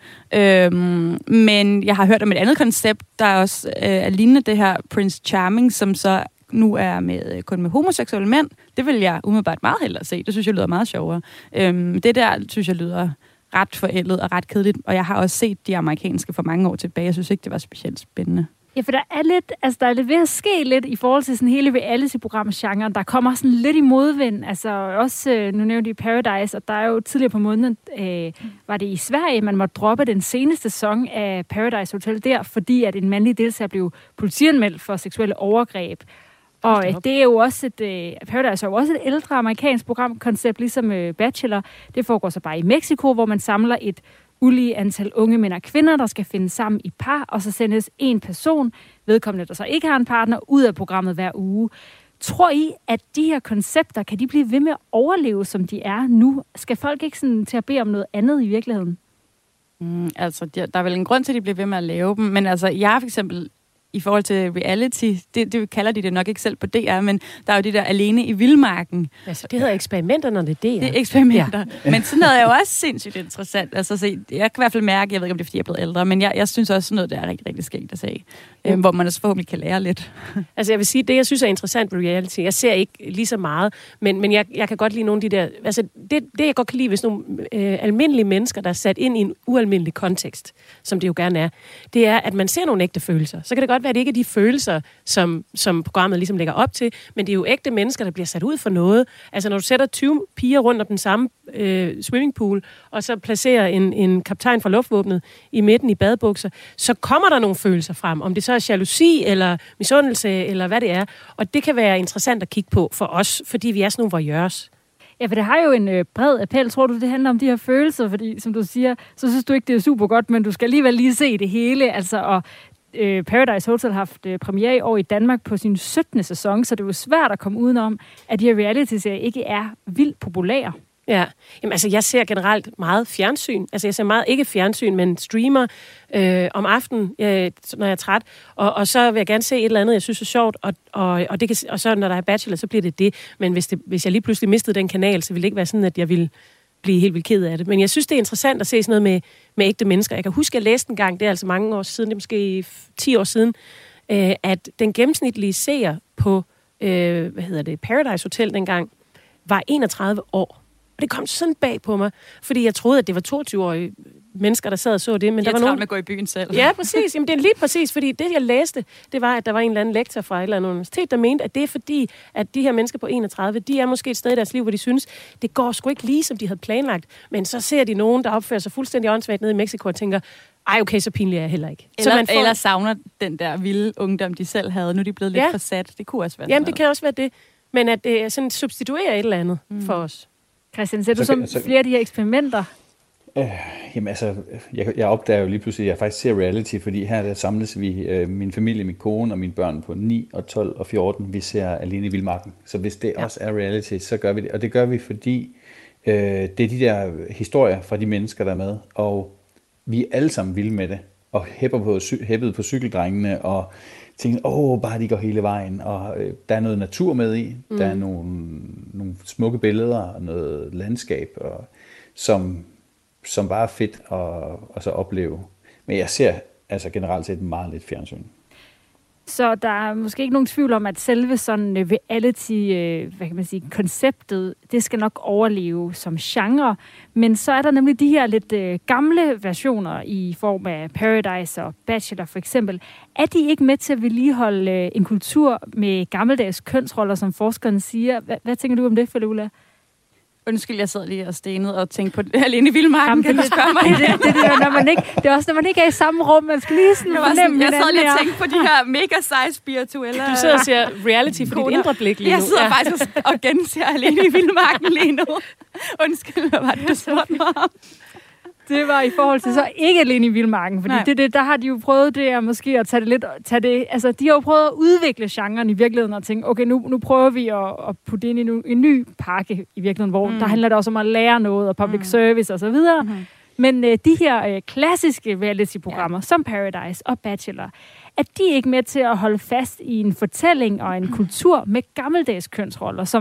Øhm, men jeg har hørt om et andet koncept, der også øh, er lignende det her Prince Charming, som så nu er med kun med homoseksuelle mænd. Det vil jeg umiddelbart meget hellere se. Det synes jeg lyder meget sjovere. Øhm, det der synes jeg lyder ret forældet og ret kedeligt, og jeg har også set de amerikanske for mange år tilbage. Jeg synes ikke, det var specielt spændende. Ja, for der er lidt, altså der er lidt ved at ske lidt i forhold til sådan hele reality-programgenren. Der kommer sådan lidt i modvind. Altså også, nu nævnte I Paradise, og der er jo tidligere på måneden, øh, var det i Sverige, man måtte droppe den seneste sæson af Paradise Hotel der, fordi at en mandlig deltager blev politianmeldt for seksuelle overgreb. Og øh, det er jo også et, øh, Paradise er jo også et ældre amerikansk programkoncept, ligesom øh, Bachelor. Det foregår så bare i Mexico, hvor man samler et ulige antal unge mænd og kvinder, der skal finde sammen i par, og så sendes en person, vedkommende, der så ikke har en partner, ud af programmet hver uge. Tror I, at de her koncepter, kan de blive ved med at overleve, som de er nu? Skal folk ikke sådan til at bede om noget andet i virkeligheden? Mm, altså, der, der er vel en grund til, at de bliver ved med at lave dem, men altså, jeg for eksempel i forhold til reality, det, det kalder de det nok ikke selv på D R, men der er jo det der Alene i Vildmarken. Altså, det hedder eksperimenter, når det er D R. Det er eksperimenter. Ja. Men sådan noget er jo også sindssygt interessant. Altså, se, jeg kan i hvert fald mærke, jeg ved ikke, om det er, fordi jeg er blevet ældre, men jeg, jeg synes også sådan noget, der er rigtig, rigtig skægt at se. Ja. Øhm, hvor man også forhåbentlig kan lære lidt. Altså, jeg vil sige, det, jeg synes er interessant ved reality, jeg ser ikke lige så meget, men, men jeg, jeg kan godt lide nogle af de der... Altså, det, det jeg godt kan lide, hvis nogle øh, almindelige mennesker, der er sat ind i en ualmindelig kontekst, som det jo gerne er, det er, at man ser nogle ægte følelser. Så kan det godt være, at det ikke er de følelser, som, som programmet ligesom lægger op til, men det er jo ægte mennesker, der bliver sat ud for noget. Altså, når du sætter tyve piger rundt om den samme øh, swimmingpool, og så placerer en, en kaptajn fra luftvåbnet i midten i badebukser, så kommer der nogle følelser frem, om det så er jalousi, eller misundelse, eller hvad det er. Og det kan være interessant at kigge på for os, fordi vi er sådan nogle voyeurs. Ja, for det har jo en øh, bred appel. Tror du, det handler om de her følelser? Fordi, som du siger, så synes du ikke, det er super godt, men du skal alligevel lige se det hele. Altså, og øh, Paradise Hotel har haft øh, premiere i år i Danmark på sin syttende sæson, så det er jo svært at komme udenom, at de her reality-serier ikke er vildt populære. Ja, jamen altså jeg ser generelt meget fjernsyn. Altså jeg ser meget ikke fjernsyn, men streamer øh, om aftenen, øh, når jeg er træt. Og, og så vil jeg gerne se et eller andet, jeg synes er sjovt. Og, og, og, det kan, og så når der er Bachelor, så bliver det det. Men hvis, det, hvis jeg lige pludselig mistede den kanal, så ville det ikke være sådan, at jeg ville blive helt vildt ked af det. Men jeg synes, det er interessant at se sådan noget med, med ægte mennesker. Jeg kan huske, at jeg læste en gang, det er altså mange år siden, det er måske ti år siden, øh, at den gennemsnitlige seer på øh, hvad hedder det, Paradise Hotel dengang, var enogtredive år. Og det kom sådan bag på mig, fordi jeg troede, at det var toogtyve-årige mennesker, der sad og så det. Men jeg der var nogen, med at gå i byen selv. Ja, præcis. Jamen, det er lige præcis, fordi det, jeg læste, det var, at der var en eller anden lektor fra et eller andet universitet, der mente, at det er fordi, at de her mennesker på enogtredive, de er måske et sted i deres liv, hvor de synes, det går sgu ikke lige, som de havde planlagt. Men så ser de nogen, der opfører sig fuldstændig åndssvagt nede i Mexico og tænker, ej, okay, så pinlig er jeg heller ikke. Eller, så man får... eller savner den der vilde ungdom, de selv havde. Nu er de blevet lidt ja. forsat. Det kunne også være Jamen, det kan også være det. Men at det sådan substituerer et eller andet mm. for os. Christian, ser du så, så flere af de her eksperimenter? Øh, jamen altså, jeg, jeg opdager jo lige pludselig, at jeg faktisk ser reality, fordi her der samles vi, øh, min familie, min kone og mine børn på ni og tolv og fjorten. Vi ser Alene i Vildmarken. Så hvis det ja. også er reality, så gør vi det. Og det gør vi, fordi øh, det er de der historier fra de mennesker, der er med. Og vi er alle sammen vilde med det. Og hæpper på, hæppet på cykeldrengene og tænkte, åh, oh, bare de går hele vejen, og øh, der er noget natur med i, mm. der er nogle, nogle smukke billeder, og noget landskab, og, som, som bare er fedt at, at så opleve. Men jeg ser altså generelt set meget lidt fjernsyn. Så der er måske ikke nogen tvivl om, at selve sådan reality, hvad kan man sige, konceptet, det skal nok overleve som genre. Men så er der nemlig de her lidt øh, gamle versioner i form af Paradise og Bachelor for eksempel. Er de ikke med til at vedligeholde øh, en kultur med gammeldags kønsroller, som forskerne siger? H- hvad tænker du om det, Falula? Undskyld, jeg sad lige og stenede og tænkte på Alene i Vildmarken. Jamen, kan du spørge mig? det, det, det, det, når man ikke, det er også, når man ikke er i samme rum. Man skal lige sådan fornemme Jeg sad lige og tænkte på de her mega seje spirituelle... Du sidder og ser reality for dit indre blik lige nu. Jeg sidder ja. faktisk og genser Alene i Vildmarken lige nu. Undskyld, hvad var det, du spurgte mig om? Det var i forhold til så ikke Alene i Vildmarken, fordi det, det, der har de jo prøvet det at måske at tage det lidt, tage det, altså de har jo prøvet at udvikle genren i virkeligheden og tænke, okay, nu, nu prøver vi at, at putte ind i en, en ny pakke i virkeligheden, hvor mm. der handler det også om at lære noget og public mm. service og så videre. Mm. Men øh, de her øh, klassiske reality-programmer, ja. som Paradise og Bachelor, er de ikke med til at holde fast i en fortælling og en kultur med gammeldags kønsroller, som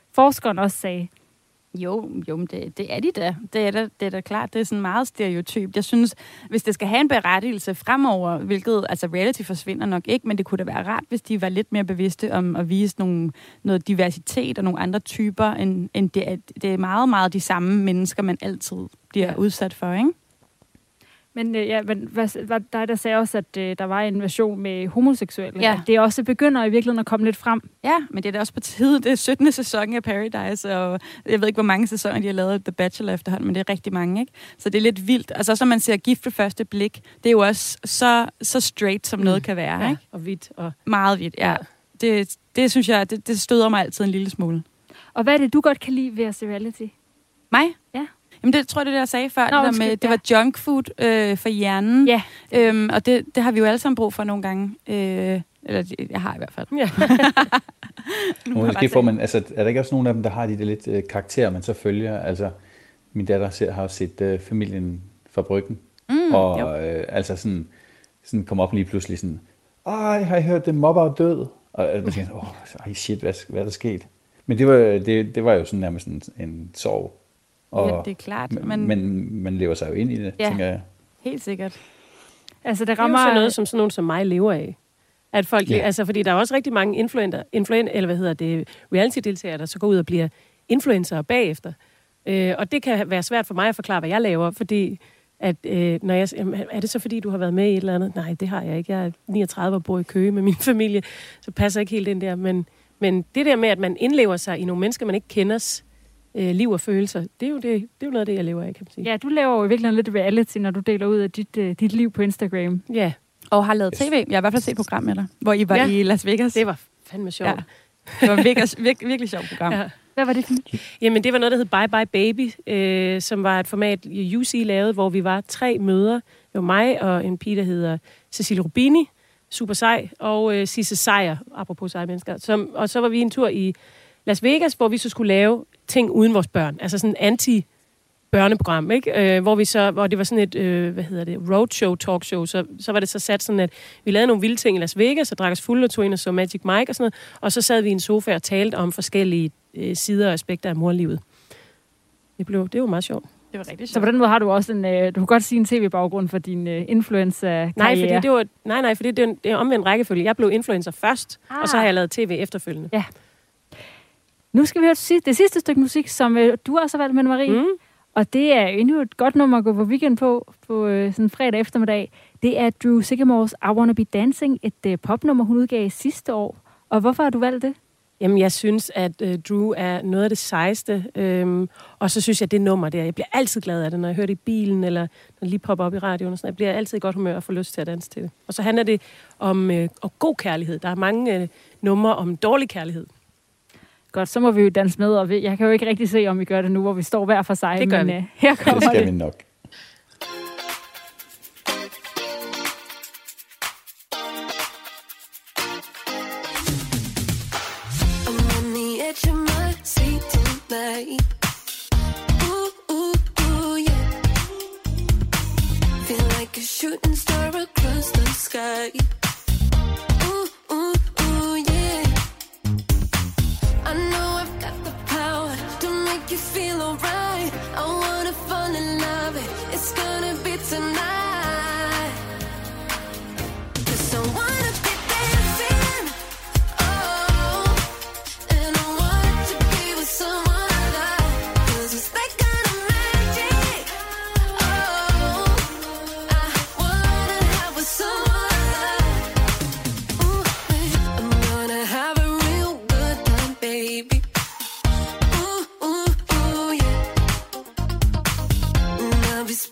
forskeren også sagde. Jo, jo, men det, det er de da. Det er da, det er da klart. Det er sådan meget stereotypt. Jeg synes, hvis det skal have en berettigelse fremover, hvilket, altså reality forsvinder nok ikke, men det kunne da være rart, hvis de var lidt mere bevidste om at vise nogle, noget diversitet og nogle andre typer, end, end det, er, det er meget, meget de samme mennesker, man altid bliver ja. udsat for, ikke? Men øh, ja, men hvad, hvad, der, der sagde også, at øh, der var en version med homoseksuelle. Ja. Det også begynder i virkeligheden at komme lidt frem. Ja, men det er da også på tide. Det er syttende sæson af Paradise, og jeg ved ikke, hvor mange sæsoner de har lavet The Bachelor efterhånden, men det er rigtig mange, ikke? Så det er lidt vildt. Altså, så man ser Gift ved første blik, det er jo også så, så straight, som mm. noget kan være, ja, ikke? Og hvidt. Og... Meget hvidt, ja. Det, det synes jeg, det, det støder mig altid en lille smule. Og hvad er det, du godt kan lide ved at se reality? Mig? Ja. Jamen det tror jeg, det der jeg sagde før, Nå, det, med, det var junk food øh, for hjernen. Ja. Øhm, og det, det har vi jo alle sammen brug for nogle gange. Øh, eller jeg har i hvert fald. Ja. Måske får man, altså, er der ikke også nogen af dem, der har de der lidt øh, karakterer, man så følger? Altså, min datter ser, har jo set øh, Familien fra Bryggen. Mm, og øh, altså sådan, sådan kom op lige pludselig sådan, ej, har I hørt, det mobber er død? Og man tænker, åh, ej shit, hvad, hvad er der sket? Men det var, det, det var jo sådan nærmest en, en sorg. Og, ja, det er klart. Men, men man lever sig jo ind i det, ja, tænker jeg. Helt sikkert. Altså, det rammer... Det er jo sådan noget, som sådan nogen som mig lever af. At folk, ja. altså, fordi der er også rigtig mange influenter, influen, eller hvad hedder det, reality-deltagere, der så går ud og bliver influencer bagefter. Øh, og det kan være svært for mig at forklare, hvad jeg laver, fordi at, øh, når jeg, er det så fordi, du har været med i et eller andet? Nej, det har jeg ikke. Jeg er niogtredive og bor i Køge med min familie, så passer ikke helt ind der. Men, men det der med, at man indlever sig i nogle mennesker, man ikke kenders øh, liv og følelser, det er, jo det, det er jo noget af det, jeg lever af, kan man sige. Ja, du laver jo virkelig lidt reality, når du deler ud af dit, uh, dit liv på Instagram. Ja. Og har lavet tv. Jeg har i hvert fald set program med dig, hvor I var ja. i Las Vegas. Det var fandme sjovt. Ja. Det var virkelig, virkelig, virkelig sjovt program. Ja. Hvad var det for? Jamen, det var noget, der hed Bye Bye Baby, øh, som var et format, U C lavede, hvor vi var tre mødre. Det var mig og en pige, der hedder Cecilie Rubini, super sej, og øh, Sisse Sejer, apropos seje mennesker. Som, og så var vi en tur i Las Vegas, hvor vi så skulle lave ting uden vores børn. Altså sådan en anti-børneprogram, ikke? Øh, hvor, vi så, hvor det var sådan et, øh, hvad hedder det, roadshow, talkshow. Så, så var det så sat sådan, at vi lavede nogle vilde ting i Las Vegas, og drak os fulde og tog ind og så Magic Mike og sådan noget. Og så sad vi i en sofa og talte om forskellige øh, sider og aspekter af morlivet. Det, blev, det var meget sjovt. Det var rigtig sjovt. Så på den måde har du også en, øh, du kan godt sige en tv-baggrund for din øh, influencer-karriere. Nej, fordi det var, nej, nej, fordi det er en, det er omvendt rækkefølge. Jeg blev influencer først, ah. og så har jeg lavet tv efterfølgende. Ja. Nu skal vi høre det sidste stykke musik, som øh, du også har valgt, Mette Marie. Mm. Og det er endnu et godt nummer at gå på weekend på, på øh, sådan en fredag eftermiddag. Det er Drew Sycamores I Wanna Be Dancing, et øh, popnummer, hun udgav sidste år. Og hvorfor har du valgt det? Jamen, jeg synes, at øh, Drew er noget af det sejeste. Øhm, og så synes jeg, det nummer der, jeg bliver altid glad af det, når jeg hører det i bilen, eller når det lige popper op i radioen. Og sådan. Jeg bliver altid i godt humør og får lyst til at danse til det. Og så handler det om, øh, om god kærlighed. Der er mange øh, numre om dårlig kærlighed. Godt, så må vi jo danse med, og jeg kan jo ikke rigtig se, om vi gør det nu, hvor vi står hver for sig. Det gør men, vi. Uh, her kommer det skal det. vi nok. Shooting star across the sky. Ooh, ooh, ooh, yeah. I know I've got the power to make you feel alright. I wanna fall in love, it's gonna be tonight. 'Cause I wanna be dancing, oh, and I want to be with someone like. 'Cause it's that kind of magic, oh. Someone like, ooh, I'm gonna have a real good time, baby. Ooh, ooh, ooh, yeah. And I'll be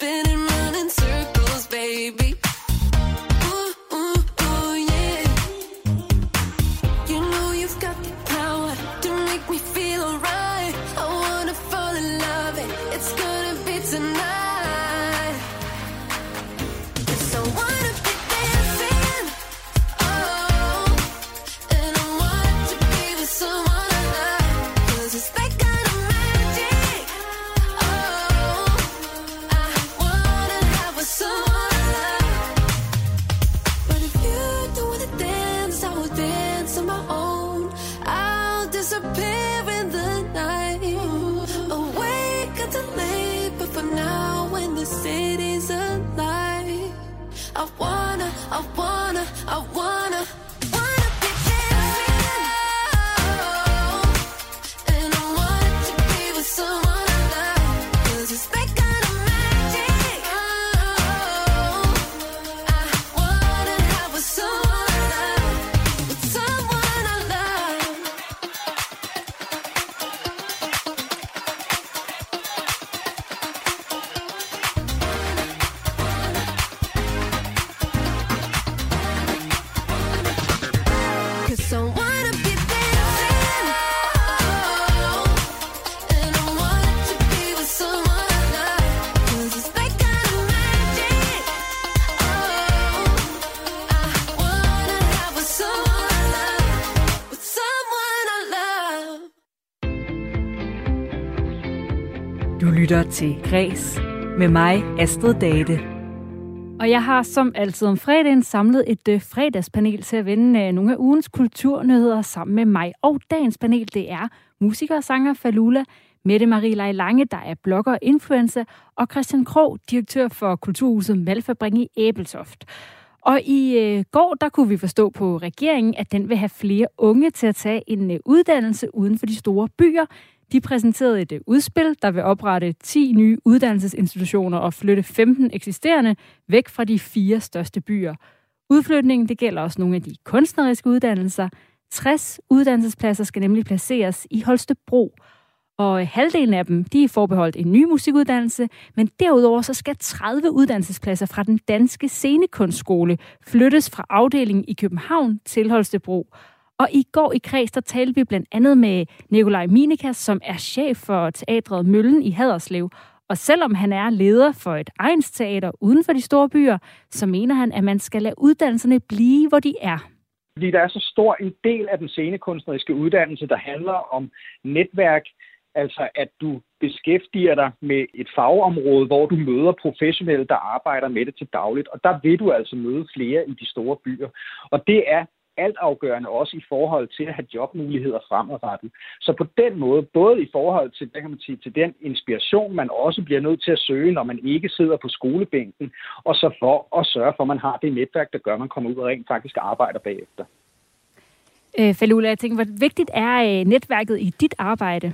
lytter til Græs med mig, Astrid Date. Og jeg har som altid om fredagen samlet et øh, fredagspanel til at vende øh, nogle af ugens kulturnyheder sammen med mig. Og dagens panel, det er musiker og sanger Falula, Mette Marie Lej Lange, der er blogger og influencer, og Christian Krog, direktør for Kulturhuset Malfabrikken i Ebeltoft. Og i øh, går, der kunne vi forstå på regeringen, at den vil have flere unge til at tage en øh, uddannelse uden for de store byer. De præsenterede et øh, udspil, der vil oprette ti nye uddannelsesinstitutioner og flytte femten eksisterende væk fra de fire største byer. Udflytningen, det gælder også nogle af de kunstneriske uddannelser. tres uddannelsespladser skal nemlig placeres i Holstebro. Og halvdelen af dem, de er forbeholdt en ny musikuddannelse, men derudover så skal tredive uddannelsespladser fra den danske scenekunstskole flyttes fra afdelingen i København til Holstebro. Og i går i Kreds, der talte vi blandt andet med Nikolaj Minikas, som er chef for teatret Møllen i Haderslev. Og selvom han er leder for et egnsteater uden for de store byer, så mener han, at man skal lade uddannelserne blive, hvor de er. Fordi der er så stor en del af den scenekunstneriske uddannelse, der handler om netværk, altså at du beskæftiger dig med et fagområde, hvor du møder professionelle, der arbejder med det til dagligt. Og der vil du altså møde flere i de store byer. Og det er altafgørende også i forhold til at have jobmuligheder fremadrettet. Så på den måde, både i forhold til, hvad kan man sige, til den inspiration, man også bliver nødt til at søge, når man ikke sidder på skolebænken, og så for at sørge for, at man har det netværk, der gør, at man kommer ud og rent faktisk arbejder bagefter. Øh, Falula, jeg tænker, hvor vigtigt er netværket i dit arbejde?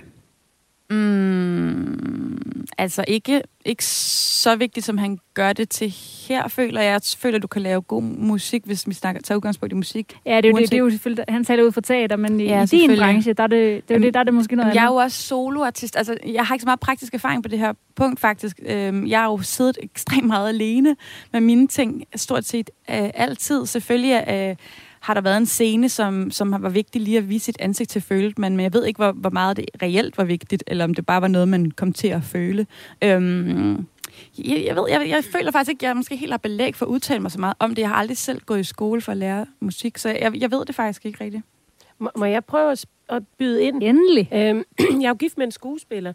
Mm, altså ikke, ikke så vigtigt, som han gør det til her, føler jeg. Jeg føler, at du kan lave god musik, hvis vi snakker, tager udgangspunkt i musik. Ja, det er jo, det, det er jo selvfølgelig, han taler ud for teater, men i, ja, i din branche, der er det, det, er jo det, der er det måske noget andet. Jeg er jo også soloartist. Altså, jeg har ikke så meget praktisk erfaring på det her punkt, faktisk. Jeg har jo siddet ekstremt meget alene med mine ting, stort set øh, altid. Selvfølgelig øh, har der været en scene, som, som var vigtig lige at vise sit ansigt til føle, men jeg ved ikke, hvor, hvor meget det reelt var vigtigt, eller om det bare var noget, man kom til at føle. Øhm, jeg, jeg, ved, jeg, jeg føler faktisk ikke, at jeg måske helt har belæg for at udtale mig så meget om det. Jeg har aldrig selv gået i skole for at lære musik, så jeg, jeg ved det faktisk ikke rigtigt. Må, må jeg prøve at, at byde ind? Endelig. Øhm, jeg er jo gift med en skuespiller,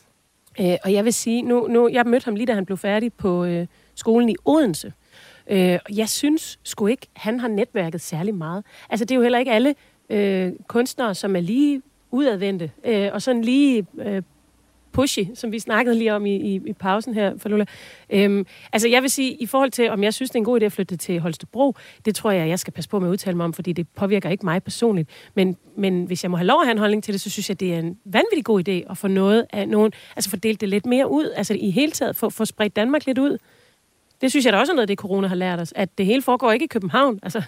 øh, og jeg vil sige, nu, nu, jeg mødte ham lige, da han blev færdig på øh, skolen i Odense. Øh, jeg synes sgu ikke, han har netværket særlig meget. Altså, det er jo heller ikke alle øh, kunstnere, som er lige udadvendte, øh, og sådan lige øh, pushy, som vi snakkede lige om i, i, i pausen her, Falula. Øhm, altså, jeg vil sige, i forhold til, om jeg synes, det er en god idé at flytte til Holstebro, det tror jeg, jeg skal passe på med at udtale mig om, fordi det påvirker ikke mig personligt. Men, men hvis jeg må have lov at have en holdning til det, så synes jeg, det er en vanvittig god idé at få noget af nogen, altså fordele det lidt mere ud, altså i hele taget, få, få spredt Danmark lidt ud. Det synes jeg da også er noget, det corona har lært os, at det hele foregår ikke i København. Altså.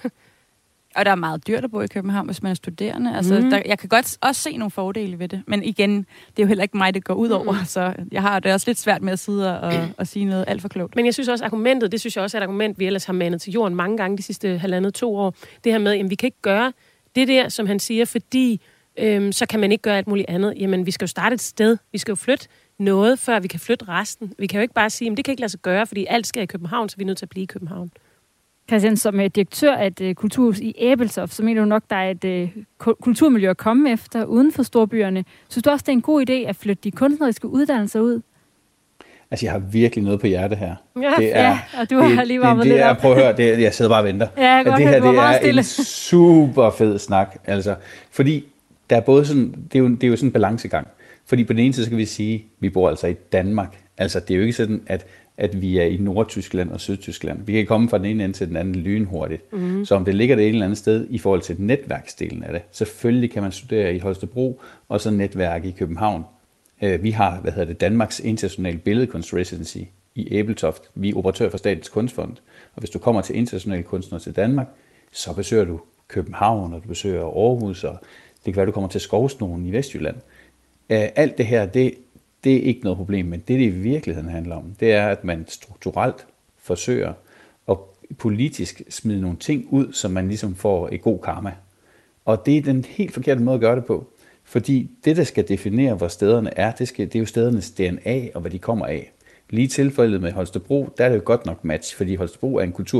Og der er meget dyrt at bo i København, hvis man er studerende. Altså, mm. der, jeg kan godt også se nogle fordele ved det, men igen, det er jo heller ikke mig, det går ud over, mm. så jeg har det også lidt svært med at sidde og, og sige noget alt for klogt. Men jeg synes også, argumentet, det synes jeg også er et argument, vi ellers har mandet til jorden mange gange de sidste halvandet to år. Det her med, at vi kan ikke gøre det der, som han siger, fordi øhm, så kan man ikke gøre alt muligt andet. Jamen, vi skal jo starte et sted. Vi skal jo flytte noget, før vi kan flytte resten. Vi kan jo ikke bare sige, at det kan ikke lade sig gøre, fordi alt sker i København, så vi er nødt til at blive i København. Christian, som er direktør af et uh, kulturhus i Ebeltoft, så mener du nok, der er et uh, kulturmiljø at komme efter uden for storbyerne. Synes du også, det er en god idé at flytte de kunstneriske uddannelser ud? Altså, jeg har virkelig noget på hjerte her. Ja, det er, ja og du har lige varmet lidt lidt op. op. Prøv at høre, det, jeg sidder bare og venter. Ja, jeg godt, det her, det er stille. En super fed snak. Altså, fordi der er både sådan, det er jo, det er jo sådan en balancegang. Fordi på den ene side, så kan vi sige, at vi bor altså i Danmark. Altså, det er jo ikke sådan, at, at vi er i Nordtyskland og Sydtyskland. Vi kan komme fra den ene ende til den anden lynhurtigt. Mm. Så om det ligger det et eller andet sted i forhold til netværksdelen af det, selvfølgelig kan man studere i Holstebro og så netværk i København. Vi har, hvad hedder det, Danmarks Internationale Billedkunst Residency i Ebeltoft. Vi er operatør for Statens Kunstfond. Og hvis du kommer til internationale kunstnere til Danmark, så besøger du København, og du besøger Aarhus, og det kan være, du kommer til Skovsnogen i Vestjylland. Alt det her, det, det er ikke noget problem, men det, det i virkeligheden handler om, det er, at man strukturelt forsøger at politisk smide nogle ting ud, så man ligesom får et god karma. Og det er den helt forkerte måde at gøre det på. Fordi det, der skal definere, hvor stederne er, det, skal, det er jo stedernes D N A og hvad de kommer af. Lige tilfældet med Holstebro, der er det jo godt nok match, fordi Holstebro er en kulturby.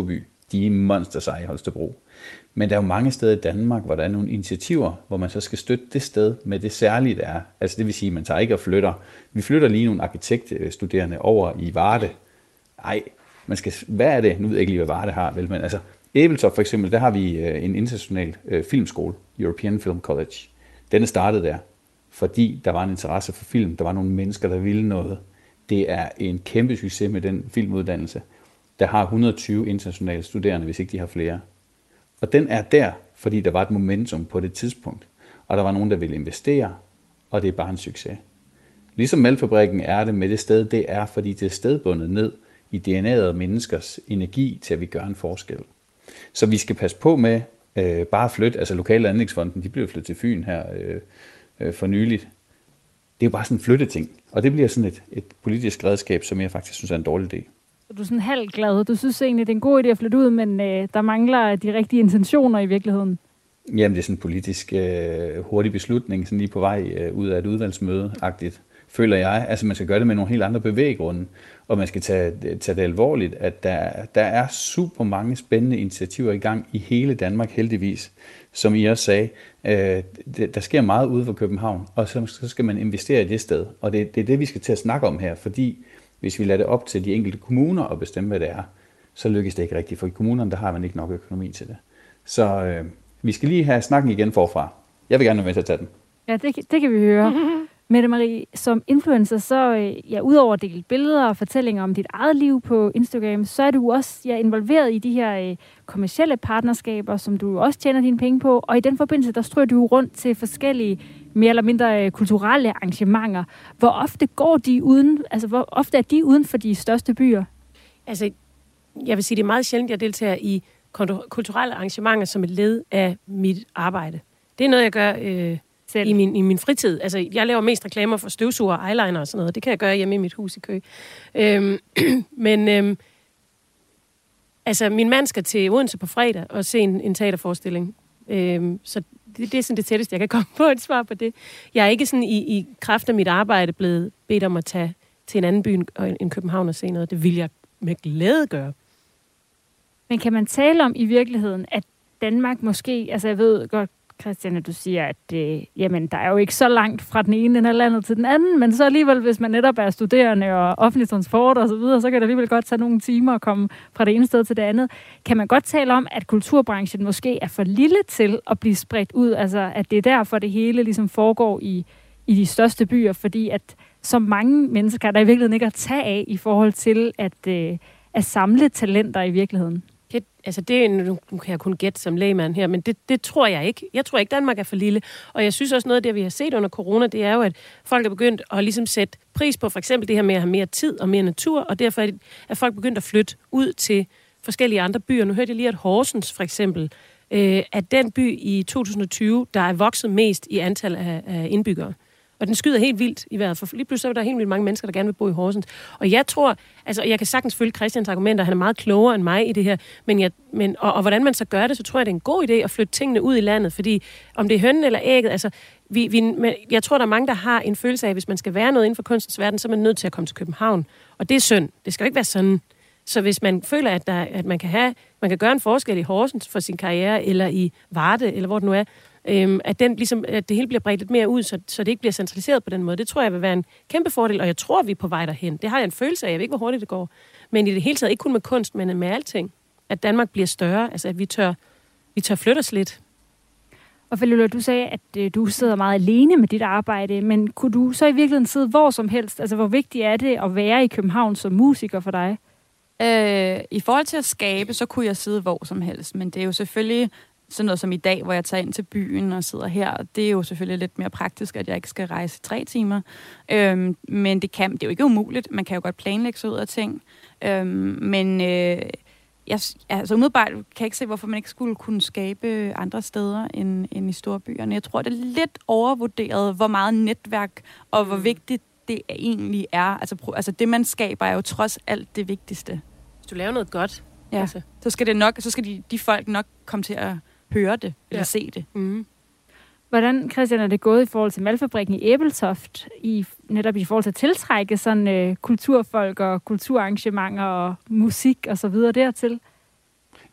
De er monster seje i Holstebro. Men der er jo mange steder i Danmark, hvor der er nogle initiativer, hvor man så skal støtte det sted med det særlige, der er. Altså det vil sige, at man tager ikke og flytter. Vi flytter lige nogle arkitektstuderende over i Varde. Ej, man skal, hvad er det? Nu ved jeg ikke lige, hvad Varde har, vel? Men altså, Ebeltoft for eksempel, der har vi en international filmskole, European Film College. Den er startet der, fordi der var en interesse for film. Der var nogle mennesker, der ville noget. Det er en kæmpe succes med den filmuddannelse. Der har et hundrede og tyve internationale studerende, hvis ikke de har flere. Og den er der, fordi der var et momentum på det tidspunkt. Og der var nogen, der ville investere, og det er bare en succes. Ligesom Malfabrikken er det med det sted, det er, fordi det er stedbundet ned i D N A'et og menneskers energi til, at vi gør en forskel. Så vi skal passe på med øh, bare at flytte. Altså Lokale Anlægsfonden, de blev flyttet til Fyn her øh, øh, for nyligt. Det er jo bare sådan en flytteting. Og det bliver sådan et, et politisk redskab, som jeg faktisk synes er en dårlig idé. Du er sådan halvglad. Du synes egentlig, det er en god idé at flytte ud, men øh, der mangler de rigtige intentioner i virkeligheden. Jamen, det er sådan en politisk øh, hurtig beslutning, sådan lige på vej øh, ud af et udvalgsmøde-agtigt, føler jeg. Altså, man skal gøre det med nogle helt andre bevæggrunde, og man skal tage, tage det alvorligt, at der, der er super mange spændende initiativer i gang i hele Danmark, heldigvis. Som I også sagde, øh, det, der sker meget ude for København, og så, så skal man investere i det sted. Og det, det er det, vi skal til at snakke om her, fordi hvis vi lader det op til de enkelte kommuner og bestemme, hvad det er, så lykkes det ikke rigtigt, for i kommunerne, der har man ikke nok økonomi til det. Så øh, vi skal lige have snakken igen forfra. Jeg vil gerne være med til at tage den. Ja, det, det kan vi høre. Mette Marie, som influencer, så øh, ja, udover at dele billeder og fortællinger om dit eget liv på Instagram, så er du også ja, involveret i de her øh, kommercielle partnerskaber, som du også tjener dine penge på, og i den forbindelse, der strøger du rundt til forskellige mere eller mindre øh, kulturelle arrangementer. Hvor ofte går de uden, altså hvor ofte er de uden for de største byer? Altså, jeg vil sige, det er meget sjældent, jeg deltager i kulturelle arrangementer som et led af mit arbejde. Det er noget, jeg gør øh, i, min, i min fritid. Altså, jeg laver mest reklamer for støvsuger, eyeliner og sådan noget. Det kan jeg gøre hjemme i mit hus i Køge. Øhm, men øhm, altså, min mand skal til Odense på fredag og se en, en teaterforestilling. Øhm, så det, det er sådan det tætteste, jeg kan komme på et svar på det. Jeg er ikke sådan i, i kraft af mit arbejde blevet bedt om at tage til en anden by end København og se noget. Det vil jeg med glæde gøre. Men kan man tale om i virkeligheden, at Danmark måske, altså jeg ved godt, Christian, at du siger, at øh, jamen, der er jo ikke så langt fra den ene ende af landet til den anden, men så alligevel, hvis man netop er studerende og offentlig transport og så videre, så kan det alligevel godt tage nogle timer at komme fra det ene sted til det andet. Kan man godt tale om, at kulturbranchen måske er for lille til at blive spredt ud, altså at det er derfor, det hele ligesom foregår i, i de største byer, fordi at så mange mennesker, der i virkeligheden ikke at tage af i forhold til at, øh, at samle talenter i virkeligheden? Det, altså det, nu kan jeg kun gætte som lægmand her, men det, det tror jeg ikke. Jeg tror ikke, Danmark er for lille. Og jeg synes også noget af det, vi har set under corona, det er jo, at folk er begyndt at ligesom sætte pris på for eksempel det her med at have mere tid og mere natur, og derfor er folk begyndt at flytte ud til forskellige andre byer. Nu hørte jeg lige, at Horsens for eksempel øh, er den by i to tusind og tyve, der er vokset mest i antal af, af indbyggere. Og den skyder helt vildt i vejret, for lige pludselig er der helt vildt mange mennesker, der gerne vil bo i Horsens. Og jeg tror, altså jeg kan sagtens følge Christians argumenter, han er meget klogere end mig i det her, men jeg, men, og, og hvordan man så gør det, så tror jeg, det er en god idé at flytte tingene ud i landet, fordi om det er hønnen eller ægget, altså vi, vi, men jeg tror, der er mange, der har en følelse af, at hvis man skal være noget inden for kunstens verden, så er man nødt til at komme til København. Og det er synd. Det skal jo ikke være sådan. Så hvis man føler, at, der, at man, kan have, man kan gøre en forskel i Horsens for sin karriere, eller i Varde, eller hvor det nu er, Øhm, at, den, ligesom, at det hele bliver bredt lidt mere ud, så, så det ikke bliver centraliseret på den måde. Det tror jeg vil være en kæmpe fordel, og jeg tror, vi er på vej derhen. Det har jeg en følelse af. Jeg ved ikke, hvor hurtigt det går. Men i det hele taget, ikke kun med kunst, men med alting. At Danmark bliver større, altså at vi tør, vi tør flytte os lidt. Og Falula, du sagde, at øh, du sidder meget alene med dit arbejde, men kunne du så i virkeligheden sidde hvor som helst? Altså, hvor vigtigt er det at være i København som musiker for dig? Øh, I forhold til at skabe, så kunne jeg sidde hvor som helst, men det er jo selvfølgelig sådan noget som i dag, hvor jeg tager ind til byen og sidder her. Det er jo selvfølgelig lidt mere praktisk, at jeg ikke skal rejse tre timer. Øhm, men det, kan, det er jo ikke umuligt. Man kan jo godt planlægge sig ud af ting. Øhm, men øh, jeg, altså umiddelbart kan jeg ikke se, hvorfor man ikke skulle kunne skabe andre steder end, end i store byerne. Jeg tror, det er lidt overvurderet, hvor meget netværk og hvor vigtigt det egentlig er. Altså, altså det, man skaber, er jo trods alt det vigtigste. Hvis du laver noget godt, ja, altså. så skal, det nok, så skal de, de folk nok komme til at høre det, eller ja. se det. Mm. Hvordan, Christian, er det gået i forhold til Malfabrikken i Ebeltoft, i, netop i forhold til at tiltrække sådan øh, kulturfolk og kulturarrangementer og musik og så videre dertil?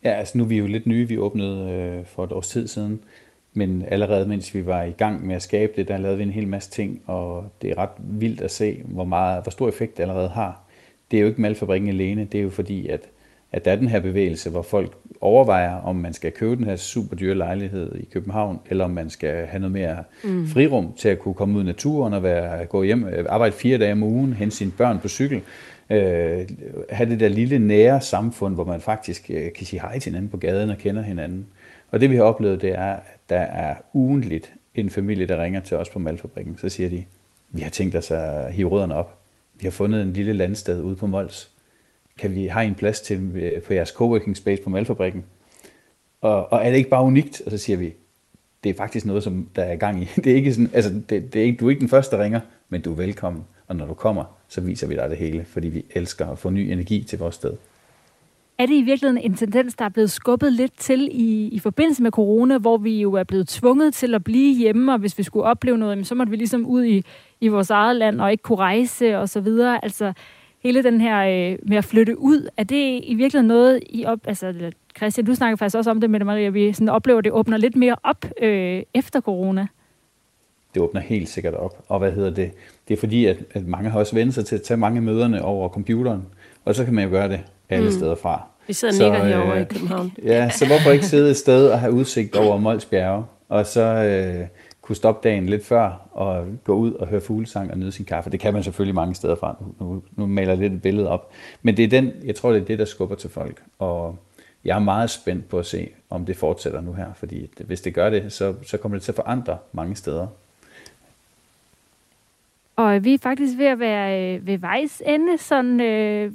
Ja, altså nu er vi jo lidt nye. Vi åbnede øh, for et års tid siden. Men allerede mens vi var i gang med at skabe det, der lavede vi en hel masse ting. Og det er ret vildt at se, hvor, meget, hvor stor effekt det allerede har. Det er jo ikke Malfabrikken alene. Det er jo fordi, at, at der er den her bevægelse, hvor folk overvejer, om man skal købe den her super dyre lejlighed i København, eller om man skal have noget mere mm. frirum til at kunne komme ud i naturen og være, gå hjem, arbejde fire dage om ugen, hente sine børn på cykel. Øh, have det der lille nære samfund, hvor man faktisk øh, kan sige hej til hinanden på gaden og kender hinanden. Og det vi har oplevet, det er, at der er ugentligt en familie, der ringer til os på Malfabrikken. Så siger de, vi har tænkt os at hive rødderne op. Vi har fundet en lille landsted ude på Mols. Kan vi have en plads til på jeres coworking space på Malfabrikken? Og, og er det ikke bare unikt? Og så siger vi, det er faktisk noget, som der er i gang i. Det er ikke sådan, altså det, det er ikke, du er ikke den første, der ringer, men du er velkommen. Og når du kommer, så viser vi dig det hele, fordi vi elsker at få ny energi til vores sted. Er det i virkeligheden en tendens, der er blevet skubbet lidt til i, i forbindelse med corona, hvor vi jo er blevet tvunget til at blive hjemme, og hvis vi skulle opleve noget, så måtte vi ligesom ud i, i vores eget land og ikke kunne rejse og så videre. Altså hele den her øh, med at flytte ud, er det i virkeligheden noget, I op... Altså Christian, du snakker faktisk også om det, Mette Maria, vi sådan oplever, at det åbner lidt mere op øh, efter corona. Det åbner helt sikkert op. Og hvad hedder det? Det er fordi, at, at mange har også vendt sig til at tage mange møderne over computeren, og så kan man jo gøre det alle mm. steder fra. Vi sidder og nikker herovre øh, i København. Ja, så hvorfor ikke sidde et sted og have udsigt over Mols Bjerge, og så øh, kunne stoppe dagen lidt før, og gå ud og høre fuglesang og nyde sin kaffe. Det kan man selvfølgelig mange steder fra. Nu, nu maler jeg lidt et billede op. Men det er den, jeg tror, det er det, der skubber til folk. Og jeg er meget spændt på at se, om det fortsætter nu her. Fordi hvis det gør det, så, så kommer det til at forandre mange steder. Og vi er faktisk ved at være øh, ved vejs ende, sådan øh,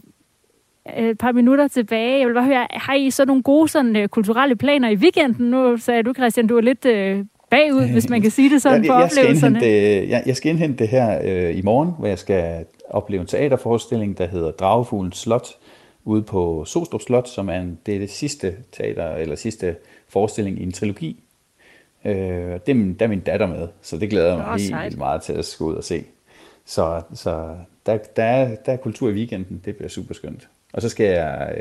et par minutter tilbage. Jeg vil bare høre, har I så nogle gode sådan, øh, kulturelle planer i weekenden? Nu sagde du, Christian, du er lidt øh, bagud, øh, hvis man kan sige det sådan, ja, på jeg oplevelserne. Skal indhente, jeg, jeg skal indhente det her øh, i morgen, hvor jeg skal opleve en teaterforestilling, der hedder Dragefuglens Slot, ude på Sostrup Slot, som er, en, det, er det sidste teater, eller sidste forestilling i en trilogi. Øh, det, der er min datter med, så det glæder jeg mig helt vildt meget til at skulle ud og se. Så, så der, der, er, der er kultur i weekenden, det bliver super skønt. Og så skal jeg,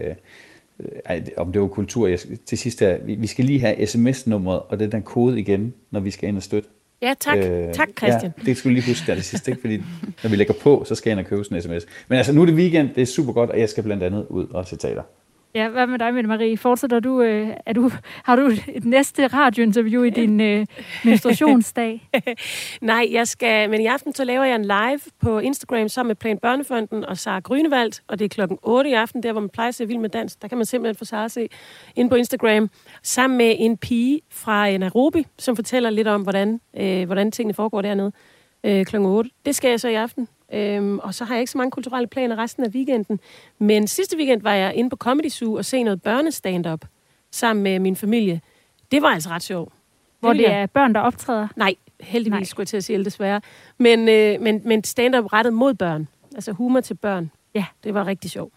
øh, om det var kultur, jeg, til sidst her, vi, vi skal lige have sms-nummeret og den der kode igen, når vi skal ind og støtte. Ja, tak. Øh, tak, Christian. Ja, det skal vi lige huske der det sidste, ikke? Fordi når vi lægger på, så skal jeg ind og købe sådan en sms. Men altså, nu er det weekend, det er super godt, og jeg skal blandt andet ud og se teater. Ja, hvad med dig, Mette Marie? Fortsætter du, øh, er du, har du et næste radiointerview i din øh, menstruationsdag? Nej, jeg skal, men i aften så laver jeg en live på Instagram sammen med Plan Børnefonden og Sara Grünewald, og det er klokken otte i aften, der hvor man plejer at se Vild med Dans. Der kan man simpelthen få Sara se inde på Instagram, sammen med en pige fra Nairobi, som fortæller lidt om, hvordan, øh, hvordan tingene foregår dernede øh, klokken otte. Det skal jeg så i aften. Øhm, og så har jeg ikke så mange kulturelle planer resten af weekenden. Men sidste weekend var jeg inde på Comedy Zoo og se noget børnestand-up sammen med min familie. Det var altså ret sjovt. Hvor det er børn, der optræder? Nej, heldigvis Nej. skulle jeg til at sige desværre. Men, øh, men, men stand-up rettet mod børn. Altså humor til børn. Ja, det var rigtig sjovt.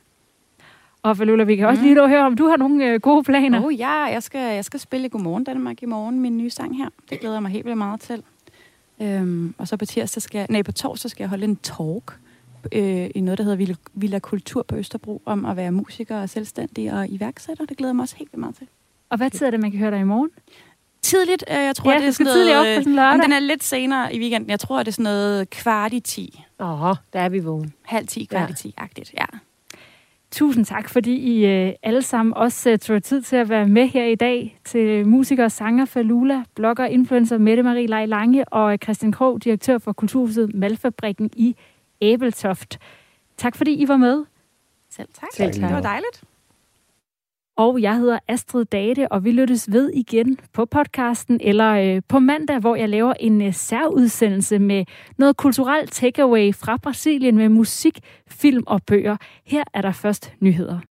Og Falula, vi kan også mm. lige nå høre, om du har nogle øh, gode planer. Åh oh, ja, jeg skal, jeg skal spille Godmorgen Danmark i morgen, min nye sang her. Det glæder jeg mig helt vildt meget til. Øhm, og så på tirsdag skal jeg, nej, på torsdag skal jeg holde en talk øh, i noget, der hedder Villa, Villa Kultur på Østerbro, om at være musiker og selvstændig og iværksætter. Det glæder jeg mig også helt vildt meget til. Og hvad tid er det, man kan høre dig i morgen? Tidligt. Øh, jeg tror, ja, det er sådan noget... op på sådan lørdag. Den er lidt senere i weekenden. Jeg tror, det er sådan noget kvart i ti. Åh, der er vi vågen. Halv ti, kvart i ti-agtigt, ja. Tusind tak, fordi I øh, alle sammen også øh, tog tid til at være med her i dag. Til musiker og sanger Falula, blogger og influencer Mette Marie Lej Lange og Christian Krog, direktør for Kulturhuset Malfabrikken i Ebeltoft. Tak fordi I var med. Selv tak. Selv tak. Det var dejligt. Og jeg hedder Astrid Date, og vi lyttes ved igen på podcasten eller øh, på mandag, hvor jeg laver en øh, særudsendelse med noget kulturelt takeaway fra Brasilien med musik, film og bøger. Her er der først nyheder.